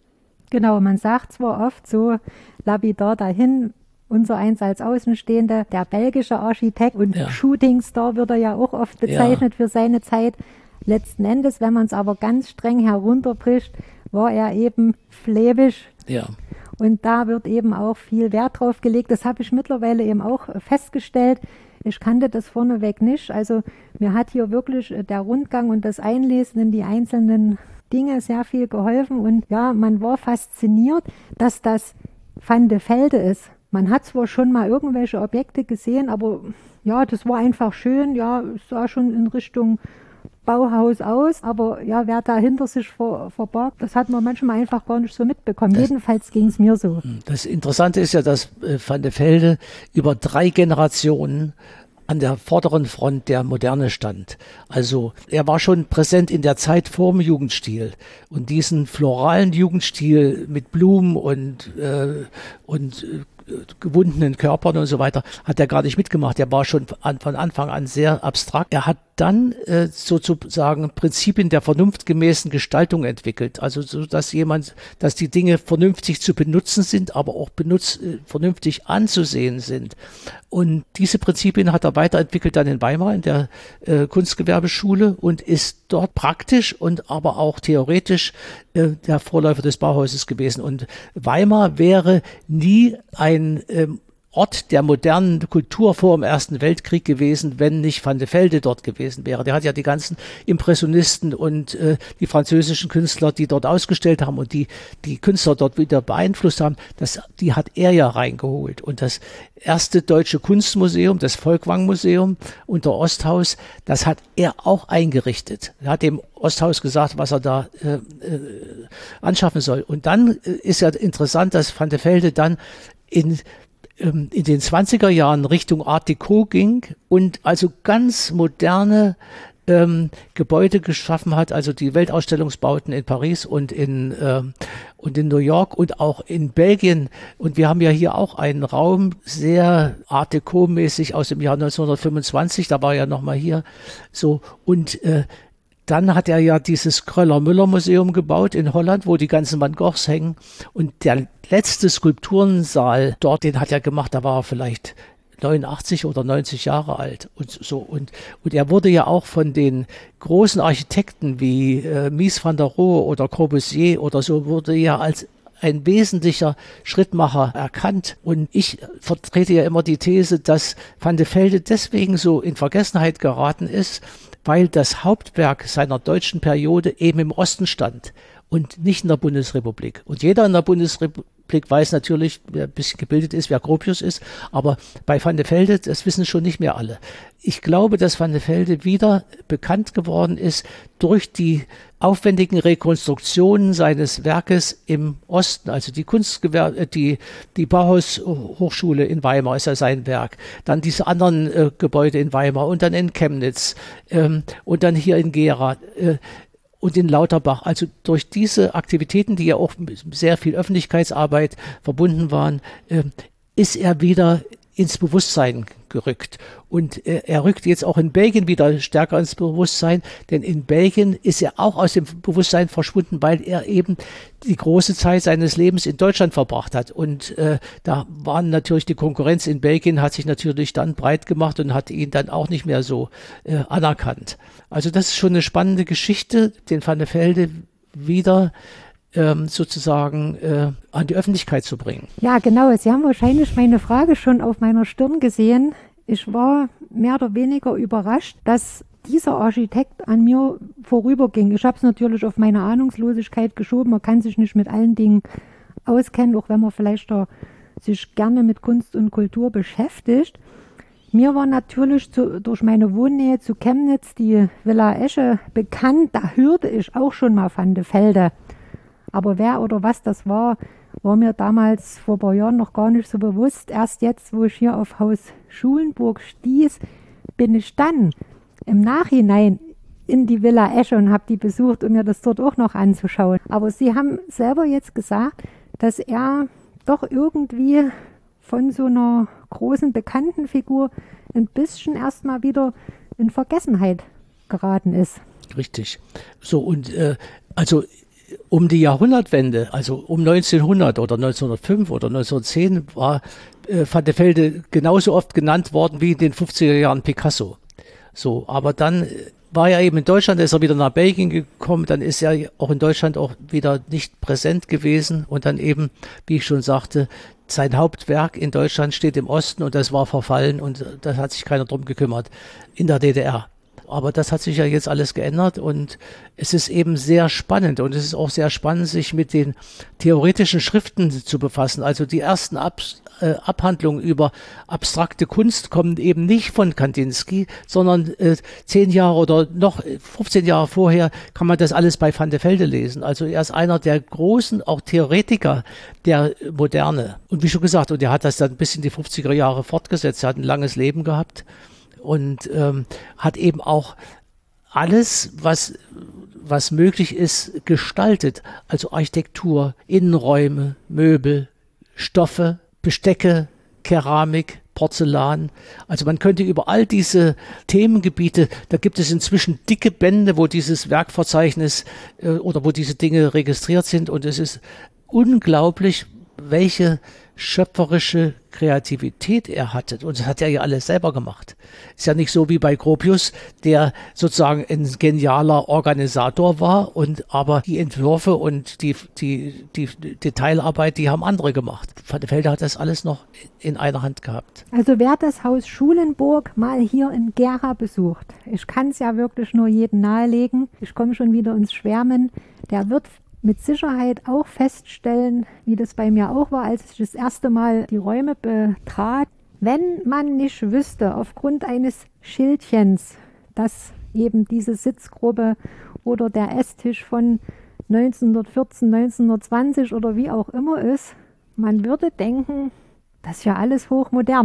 Genau, man sagt zwar oft so lapidar dahin, unser eins als Außenstehende, der belgische Architekt und ja. Shootingstar wird er ja auch oft bezeichnet ja. für seine Zeit. Letzten Endes, wenn man es aber ganz streng herunterbricht, war er eben flämisch. Ja. Und da wird eben auch viel Wert drauf gelegt. Das habe ich mittlerweile eben auch festgestellt. Ich kannte das vorneweg nicht. Also mir hat hier wirklich der Rundgang und das Einlesen in die einzelnen Dinge sehr viel geholfen. Und ja, man war fasziniert, dass das Van de Velde ist. Man hat zwar schon mal irgendwelche Objekte gesehen, aber ja, das war einfach schön. Ja, es sah schon in Richtung Bauhaus aus, aber ja, wer da hinter sich ver, verbarg, das hat man manchmal einfach gar nicht so mitbekommen. Das, Jedenfalls ging es mir so. Das Interessante ist ja, dass äh, Van de Velde über drei Generationen an der vorderen Front der Moderne stand. Also er war schon präsent in der Zeit vor dem Jugendstil. Und diesen floralen Jugendstil mit Blumen und, äh, und äh, gewundenen Körpern und so weiter, hat er gar nicht mitgemacht. Er war schon an, von Anfang an sehr abstrakt. Er hat dann äh, sozusagen Prinzipien der vernunftgemäßen Gestaltung entwickelt. Also so, dass jemand, dass die Dinge vernünftig zu benutzen sind, aber auch benutzt, äh, vernünftig anzusehen sind. Und diese Prinzipien hat er weiterentwickelt dann in Weimar in der äh, Kunstgewerbeschule und ist dort praktisch und aber auch theoretisch äh, der Vorläufer des Bauhauses gewesen. Und Weimar wäre nie ein ähm, Ort der modernen Kultur vor dem Ersten Weltkrieg gewesen, wenn nicht Van de Velde dort gewesen wäre. Der hat ja die ganzen Impressionisten und äh, die französischen Künstler, die dort ausgestellt haben und die die Künstler dort wieder beeinflusst haben, das, die hat er ja reingeholt. Und das erste deutsche Kunstmuseum, das Folkwang-Museum unter Osthaus, das hat er auch eingerichtet. Er hat dem Osthaus gesagt, was er da äh, äh, anschaffen soll. Und dann äh, ist ja interessant, dass Van de Velde dann in in den zwanziger Jahren Richtung Art Deco ging und also ganz moderne ähm, Gebäude geschaffen hat, also die Weltausstellungsbauten in Paris und in, ähm, und in New York und auch in Belgien. Und wir haben ja hier auch einen Raum, sehr Art Deco-mäßig aus dem Jahr neunzehnhundertfünfundzwanzig, da war er ja nochmal hier so. Und äh, dann hat er ja dieses Kröller-Müller-Museum gebaut in Holland, wo die ganzen Van Goghs hängen. Und der letzte Skulpturensaal dort, den hat er gemacht, da war er vielleicht neunundachtzig oder neunzig Jahre alt und so. Und, und er wurde ja auch von den großen Architekten wie äh, Mies van der Rohe oder Corbusier oder so, wurde ja als ein wesentlicher Schrittmacher erkannt. Und ich vertrete ja immer die These, dass Van de Velde deswegen so in Vergessenheit geraten ist, weil das Hauptwerk seiner deutschen Periode eben im Osten stand und nicht in der Bundesrepublik. Und jeder in der Bundesrepublik weiß natürlich, wer ein bisschen gebildet ist, wer Gropius ist, aber bei Van de Velde, das wissen schon nicht mehr alle. Ich glaube, dass Van de Velde wieder bekannt geworden ist durch die aufwendigen Rekonstruktionen seines Werkes im Osten, also die Kunstgewerbe, die, die Bauhaus-Hochschule in Weimar ist ja sein Werk, dann diese anderen äh, Gebäude in Weimar und dann in Chemnitz ähm, und dann hier in Gera. Äh, Und in Lauterbach, also durch diese Aktivitäten, die ja auch mit sehr viel Öffentlichkeitsarbeit verbunden waren, äh, ist er wieder ins Bewusstsein gerückt. Und äh, er rückt jetzt auch in Belgien wieder stärker ins Bewusstsein, denn in Belgien ist er auch aus dem Bewusstsein verschwunden, weil er eben die große Zeit seines Lebens in Deutschland verbracht hat. Und äh, da waren natürlich die Konkurrenz in Belgien, hat sich natürlich dann breit gemacht und hat ihn dann auch nicht mehr so äh, anerkannt. Also das ist schon eine spannende Geschichte, den Van de Velde wieder ähm, sozusagen äh, an die Öffentlichkeit zu bringen. Ja, genau. Sie haben wahrscheinlich meine Frage schon auf meiner Stirn gesehen. Ich war mehr oder weniger überrascht, dass dieser Architekt an mir vorüberging. Ich habe es natürlich auf meine Ahnungslosigkeit geschoben. Man kann sich nicht mit allen Dingen auskennen, auch wenn man vielleicht da sich gerne mit Kunst und Kultur beschäftigt. Mir war natürlich zu, durch meine Wohnnähe zu Chemnitz die Villa Esche bekannt. Da hörte ich auch schon mal Van de Velde. Aber wer oder was das war, war mir damals vor ein paar Jahren noch gar nicht so bewusst. Erst jetzt, wo ich hier auf Haus Schulenburg stieß, bin ich dann im Nachhinein in die Villa Esche und habe die besucht, um mir das dort auch noch anzuschauen. Aber Sie haben selber jetzt gesagt, dass er doch irgendwie von so einer großen bekannten Figur ein bisschen erstmal wieder in Vergessenheit geraten ist. Richtig. So, und äh, also um die Jahrhundertwende, also um neunzehnhundert oder neunzehnhundertfünf oder neunzehnhundertzehn war äh, Van de Velde genauso oft genannt worden wie in den fünfziger Jahren Picasso. So, aber dann war er eben in Deutschland, ist er wieder nach Belgien gekommen, dann ist er auch in Deutschland auch wieder nicht präsent gewesen und dann eben, wie ich schon sagte, sein Hauptwerk in Deutschland steht im Osten und das war verfallen und da hat sich keiner drum gekümmert in der D D R. Aber das hat sich ja jetzt alles geändert und es ist eben sehr spannend und es ist auch sehr spannend, sich mit den theoretischen Schriften zu befassen. Also die ersten Ab äh, Abhandlungen über abstrakte Kunst kommen eben nicht von Kandinsky, sondern äh, zehn Jahre oder noch fünfzehn Jahre vorher kann man das alles bei Van de Velde lesen. Also er ist einer der großen, auch Theoretiker der Moderne. Und wie schon gesagt, und er hat das dann bis in die fünfziger Jahre fortgesetzt. Er hat ein langes Leben gehabt. Und ähm, hat eben auch alles, was, was möglich ist, gestaltet. Also Architektur, Innenräume, Möbel, Stoffe, Bestecke, Keramik, Porzellan. Also man könnte über all diese Themengebiete, da gibt es inzwischen dicke Bände, wo dieses Werkverzeichnis äh, oder wo diese Dinge registriert sind. Und es ist unglaublich, welche schöpferische Kreativität er hatte. Und das hat er ja alles selber gemacht. Ist ja nicht so wie bei Gropius, der sozusagen ein genialer Organisator war, und aber die Entwürfe und die, die, die Detailarbeit, die haben andere gemacht. Van de Velde hat das alles noch in einer Hand gehabt. Also wer das Haus Schulenburg mal hier in Gera besucht, ich kann es ja wirklich nur jedem nahelegen, ich komme schon wieder ins Schwärmen, der wird mit Sicherheit auch feststellen, wie das bei mir auch war, als ich das erste Mal die Räume betrat. Wenn man nicht wüsste, aufgrund eines Schildchens, dass eben diese Sitzgruppe oder der Esstisch von neunzehnhundertvierzehn, neunzehnhundertzwanzig oder wie auch immer ist, man würde denken, das ist ja alles hochmodern.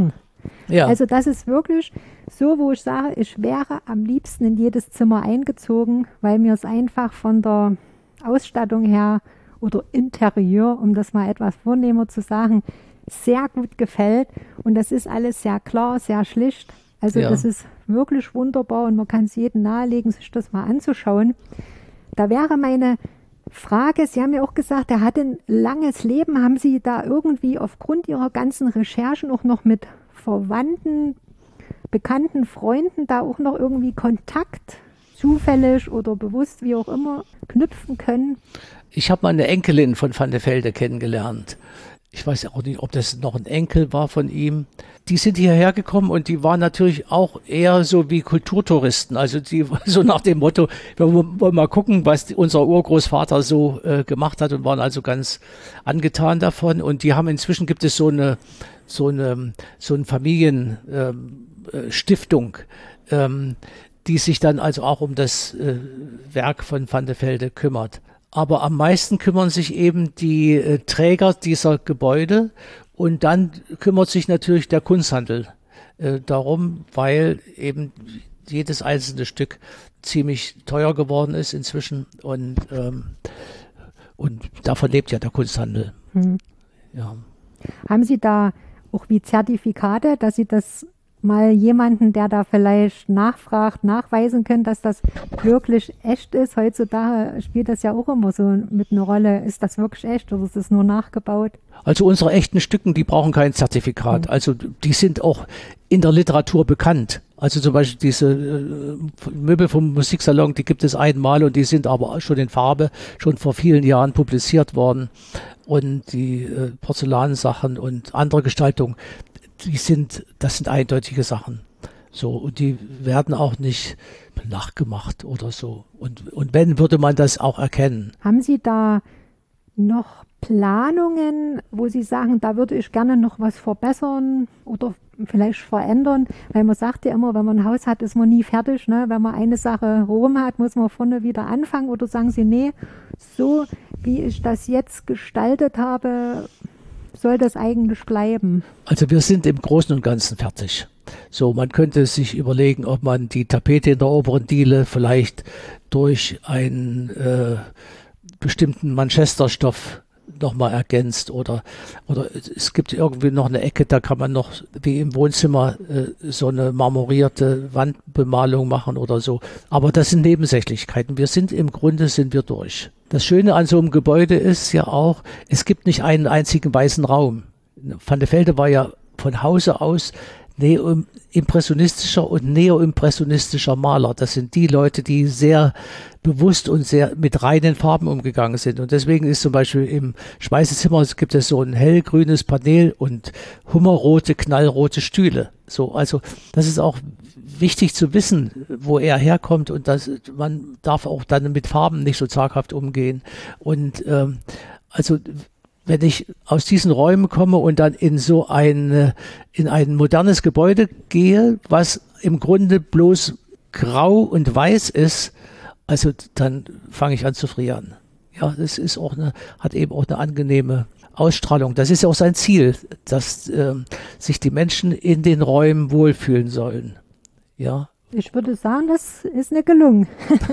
Ja. Also das ist wirklich so, wo ich sage, ich wäre am liebsten in jedes Zimmer eingezogen, weil mir es einfach von der Ausstattung her oder Interieur, um das mal etwas vornehmer zu sagen, sehr gut gefällt. Und das ist alles sehr klar, sehr schlicht. Also Ja. das ist wirklich wunderbar und man kann es jedem nahelegen, sich das mal anzuschauen. Da wäre meine Frage, Sie haben ja auch gesagt, er hat ein langes Leben. Haben Sie da irgendwie aufgrund Ihrer ganzen Recherchen auch noch mit Verwandten, bekannten Freunden da auch noch irgendwie Kontakt, zufällig oder bewusst, wie auch immer, knüpfen können? Ich habe mal eine Enkelin von Van de Velde kennengelernt. Ich weiß auch nicht, ob das noch ein Enkel war von ihm. Die sind hierher gekommen und die waren natürlich auch eher so wie Kulturtouristen. Also die so nach dem Motto, wir wollen mal gucken, was unser Urgroßvater so äh, gemacht hat und waren also ganz angetan davon. Und die haben inzwischen gibt es so eine so eine so eine Familienstiftung, ähm, die sich dann also auch um das äh, Werk von Van de Velde kümmert. Aber am meisten kümmern sich eben die äh, Träger dieser Gebäude und dann kümmert sich natürlich der Kunsthandel äh, darum, weil eben jedes einzelne Stück ziemlich teuer geworden ist inzwischen und, ähm, und davon lebt ja der Kunsthandel. Hm. Ja. Haben Sie da auch wie Zertifikate, dass Sie das mal jemanden, der da vielleicht nachfragt, nachweisen können, dass das wirklich echt ist? Heutzutage spielt das ja auch immer so mit einer Rolle. Ist das wirklich echt oder ist das nur nachgebaut? Also unsere echten Stücken, die brauchen kein Zertifikat. Also die sind auch in der Literatur bekannt. Also zum Beispiel diese äh, Möbel vom Musiksalon, die gibt es einmal und die sind aber schon in Farbe schon vor vielen Jahren publiziert worden. Und die äh, Porzellansachen und andere Gestaltungen, die sind, das sind eindeutige Sachen. So, und die werden auch nicht nachgemacht oder so. Und, und wenn, würde man das auch erkennen. Haben Sie da noch Planungen, wo Sie sagen, da würde ich gerne noch was verbessern oder vielleicht verändern? Weil man sagt ja immer, wenn man ein Haus hat, ist man nie fertig. Ne? Wenn man eine Sache rum hat, muss man vorne wieder anfangen. Oder sagen Sie, nee, so wie ich das jetzt gestaltet habe, soll das eigentlich bleiben? Also wir sind im Großen und Ganzen fertig. So, man könnte sich überlegen, ob man die Tapete in der oberen Diele vielleicht durch einen äh, bestimmten Manchesterstoff nochmal ergänzt oder oder es gibt irgendwie noch eine Ecke, da kann man noch wie im Wohnzimmer äh, so eine marmorierte Wandbemalung machen oder so. Aber das sind Nebensächlichkeiten. Wir sind im Grunde sind wir durch. Das Schöne an so einem Gebäude ist ja auch, es gibt nicht einen einzigen weißen Raum. Van de Velde war ja von Hause aus neo-impressionistischer und neoimpressionistischer Maler. Das sind die Leute, die sehr bewusst und sehr mit reinen Farben umgegangen sind. Und deswegen ist zum Beispiel im Speisezimmer, es gibt es so ein hellgrünes Panel und hummerrote, knallrote Stühle. So, also das ist auch wichtig zu wissen, wo er herkommt und das, man darf auch dann mit Farben nicht so zaghaft umgehen. Und ähm, also wenn ich aus diesen Räumen komme und dann in so ein, in ein modernes Gebäude gehe, was im Grunde bloß grau und weiß ist, also dann fange ich an zu frieren. Ja, das ist auch eine, hat eben auch eine angenehme Ausstrahlung. Das ist ja auch sein Ziel, dass äh, sich die Menschen in den Räumen wohlfühlen sollen. Ja. Ich würde sagen, das ist nicht gelungen.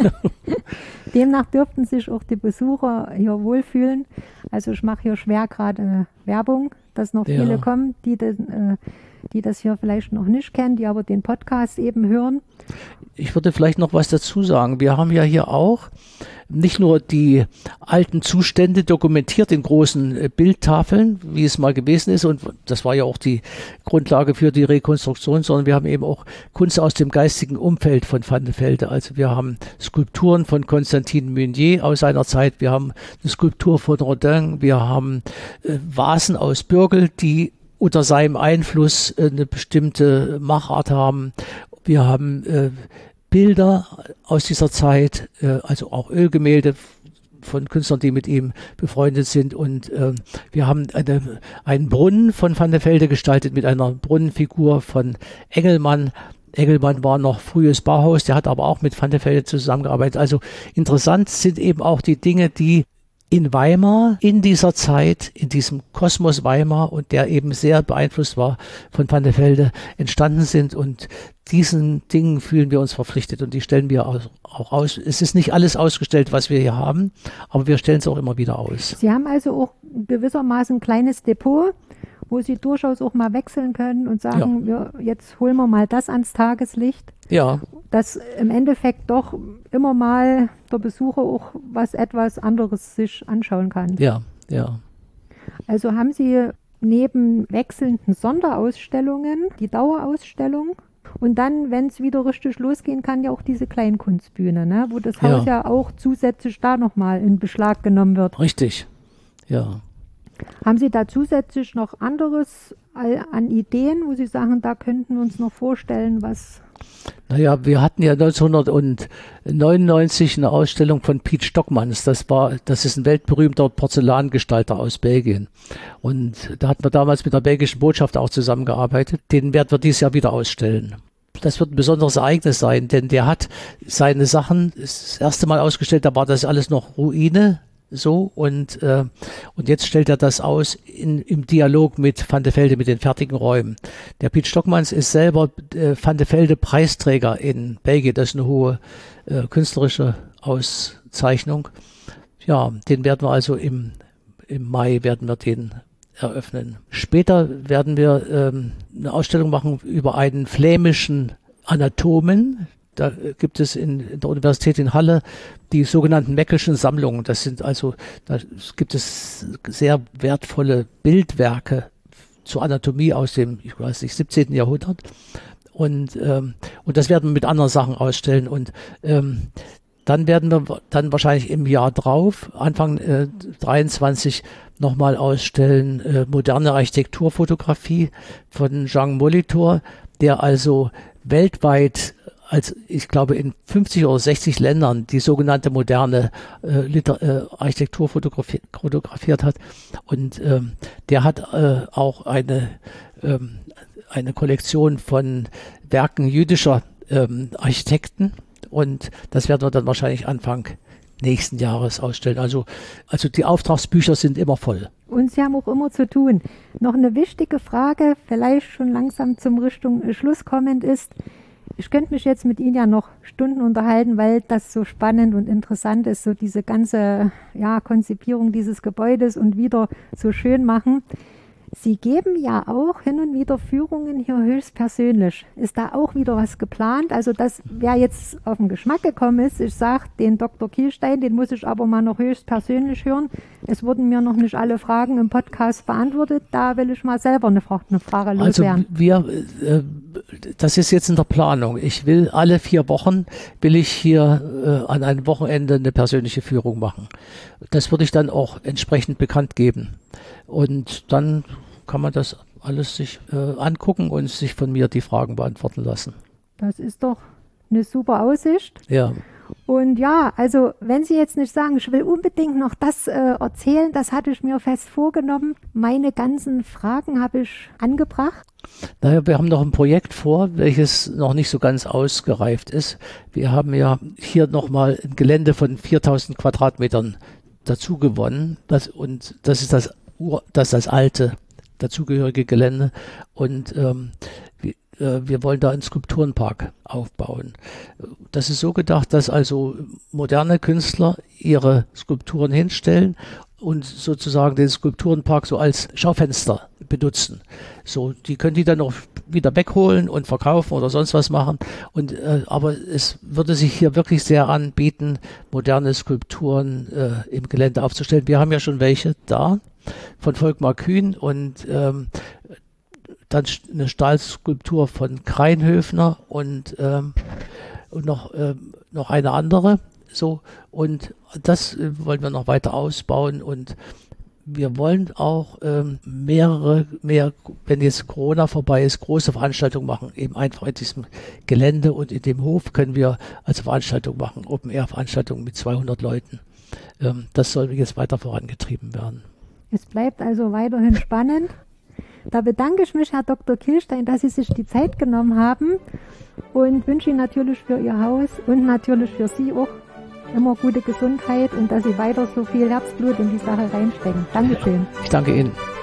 Demnach dürften sich auch die Besucher hier wohlfühlen. Also ich mache hier schwer gerade äh, Werbung, dass noch Ja. viele kommen, die, den, äh, die das hier vielleicht noch nicht kennen, die aber den Podcast eben hören. Ich würde vielleicht noch was dazu sagen. Wir haben ja hier auch nicht nur die alten Zustände dokumentiert in großen äh, Bildtafeln, wie es mal gewesen ist, und das war ja auch die Grundlage für die Rekonstruktion, sondern wir haben eben auch Kunst aus dem geistigen Umfeld von Van de Velde. Also wir haben Skulpturen von Constantin Meunier aus seiner Zeit, wir haben eine Skulptur von Rodin, wir haben äh, Vasen aus Bürgel, die unter seinem Einfluss äh, eine bestimmte Machart haben. Wir haben äh, Bilder aus dieser Zeit, äh, also auch Ölgemälde von Künstlern, die mit ihm befreundet sind. Und äh, wir haben eine, einen Brunnen von Van de Velde gestaltet mit einer Brunnenfigur von Engelmann. Engelmann war noch frühes Bauhaus, der hat aber auch mit Van de Velde zusammengearbeitet. Also interessant sind eben auch die Dinge, die in Weimar, in dieser Zeit, in diesem Kosmos Weimar und der eben sehr beeinflusst war von Van de Velde, entstanden sind und diesen Dingen fühlen wir uns verpflichtet und die stellen wir auch aus. Es ist nicht alles ausgestellt, was wir hier haben, aber wir stellen es auch immer wieder aus. Sie haben also auch gewissermaßen ein kleines Depot, wo Sie durchaus auch mal wechseln können und sagen, ja. wir, jetzt holen wir mal das ans Tageslicht. Ja. Dass im Endeffekt doch immer mal der Besucher auch was etwas anderes sich anschauen kann. Ja, ja. Also haben Sie neben wechselnden Sonderausstellungen die Dauerausstellung und dann, wenn es wieder richtig losgehen kann, ja auch diese Kleinkunstbühne, ne? Wo das Haus ja, ja auch zusätzlich da nochmal in Beschlag genommen wird. Richtig, ja. Haben Sie da zusätzlich noch anderes an Ideen, wo Sie sagen, da könnten wir uns noch vorstellen, was... Naja, wir hatten ja neunzehnhundertneunundneunzig eine Ausstellung von Piet Stockmanns. Das war, das ist ein weltberühmter Porzellangestalter aus Belgien. Und da hatten wir damals mit der belgischen Botschaft auch zusammengearbeitet. Den werden wir dieses Jahr wieder ausstellen. Das wird ein besonderes Ereignis sein, denn der hat seine Sachen das erste Mal ausgestellt, da war das alles noch Ruine. So, und, äh, und jetzt stellt er das aus in, im Dialog mit Van de Velde, mit den fertigen Räumen. Der Piet Stockmanns ist selber äh, Van de Velde Preisträger in Belgien. Das ist eine hohe äh, künstlerische Auszeichnung. Ja, den werden wir also im, im Mai werden wir den eröffnen. Später werden wir ähm, eine Ausstellung machen über einen flämischen Anatomen. Da gibt es in, in der Universität in Halle die sogenannten Meckelschen Sammlungen. Das sind also, da gibt es sehr wertvolle Bildwerke zur Anatomie aus dem, ich weiß nicht, siebzehnten Jahrhundert. Und, ähm, und das werden wir mit anderen Sachen ausstellen. Und ähm, dann werden wir dann wahrscheinlich im Jahr drauf, Anfang äh, dreiundzwanzig, nochmal ausstellen äh, moderne Architekturfotografie von Jean Molitor, der also weltweit als ich glaube in fünfzig oder sechzig Ländern die sogenannte moderne äh, Liter, äh, Architektur fotografi- fotografiert hat. Und ähm, der hat äh, auch eine, ähm, eine Kollektion von Werken jüdischer ähm, Architekten. Und das werden wir dann wahrscheinlich Anfang nächsten Jahres ausstellen. Also, also die Auftragsbücher sind immer voll. Und Sie haben auch immer zu tun. Noch eine wichtige Frage, vielleicht schon langsam zum Richtung Schluss kommend ist, ich könnte mich jetzt mit Ihnen ja noch Stunden unterhalten, weil das so spannend und interessant ist, so diese ganze ja, Konzipierung dieses Gebäudes und wieder so schön machen. Sie geben ja auch hin und wieder Führungen hier höchstpersönlich. Ist da auch wieder was geplant? Also das, wer jetzt auf den Geschmack gekommen ist, ich sage, den Doktor Kielstein, den muss ich aber mal noch höchstpersönlich hören. Es wurden mir noch nicht alle Fragen im Podcast beantwortet. Da will ich mal selber eine, Fra- eine Frage loswerden. Also wir, äh, das ist jetzt in der Planung. Ich will alle vier Wochen, will ich hier äh, an einem Wochenende eine persönliche Führung machen. Das würde ich dann auch entsprechend bekannt geben. Und dann kann man das alles sich äh, angucken und sich von mir die Fragen beantworten lassen. Das ist doch eine super Aussicht. Ja. Und ja, also wenn Sie jetzt nicht sagen, ich will unbedingt noch das äh, erzählen, das hatte ich mir fest vorgenommen. Meine ganzen Fragen habe ich angebracht. Naja, wir haben noch ein Projekt vor, welches noch nicht so ganz ausgereift ist. Wir haben ja hier nochmal ein Gelände von viertausend Quadratmetern dazu gewonnen. Das, und das ist das, Ur, das ist das alte, dazugehörige Gelände. Und ähm, wir, äh, wir wollen da einen Skulpturenpark aufbauen. Das ist so gedacht, dass also moderne Künstler ihre Skulpturen hinstellen und sozusagen den Skulpturenpark so als Schaufenster benutzen. So, die können die dann auch wieder wegholen und verkaufen oder sonst was machen. Und äh, aber es würde sich hier wirklich sehr anbieten, moderne Skulpturen äh, im Gelände aufzustellen. Wir haben ja schon welche da von Volkmar Kühn und ähm, dann eine Stahlskulptur von Kreinhöfner und, ähm, und noch, ähm, noch eine andere. So, und das äh, wollen wir noch weiter ausbauen und wir wollen auch ähm, mehrere, mehr, wenn jetzt Corona vorbei ist, große Veranstaltungen machen. Eben einfach in diesem Gelände und in dem Hof können wir also Veranstaltungen machen, Open-Air-Veranstaltungen mit zweihundert Leuten. Ähm, das soll jetzt weiter vorangetrieben werden. Es bleibt also weiterhin spannend. Da bedanke ich mich, Herr Doktor Kielstein, dass Sie sich die Zeit genommen haben und wünsche Ihnen natürlich für Ihr Haus und natürlich für Sie auch immer gute Gesundheit und dass Sie weiter so viel Herzblut in die Sache reinstecken. Dankeschön. Ich danke Ihnen.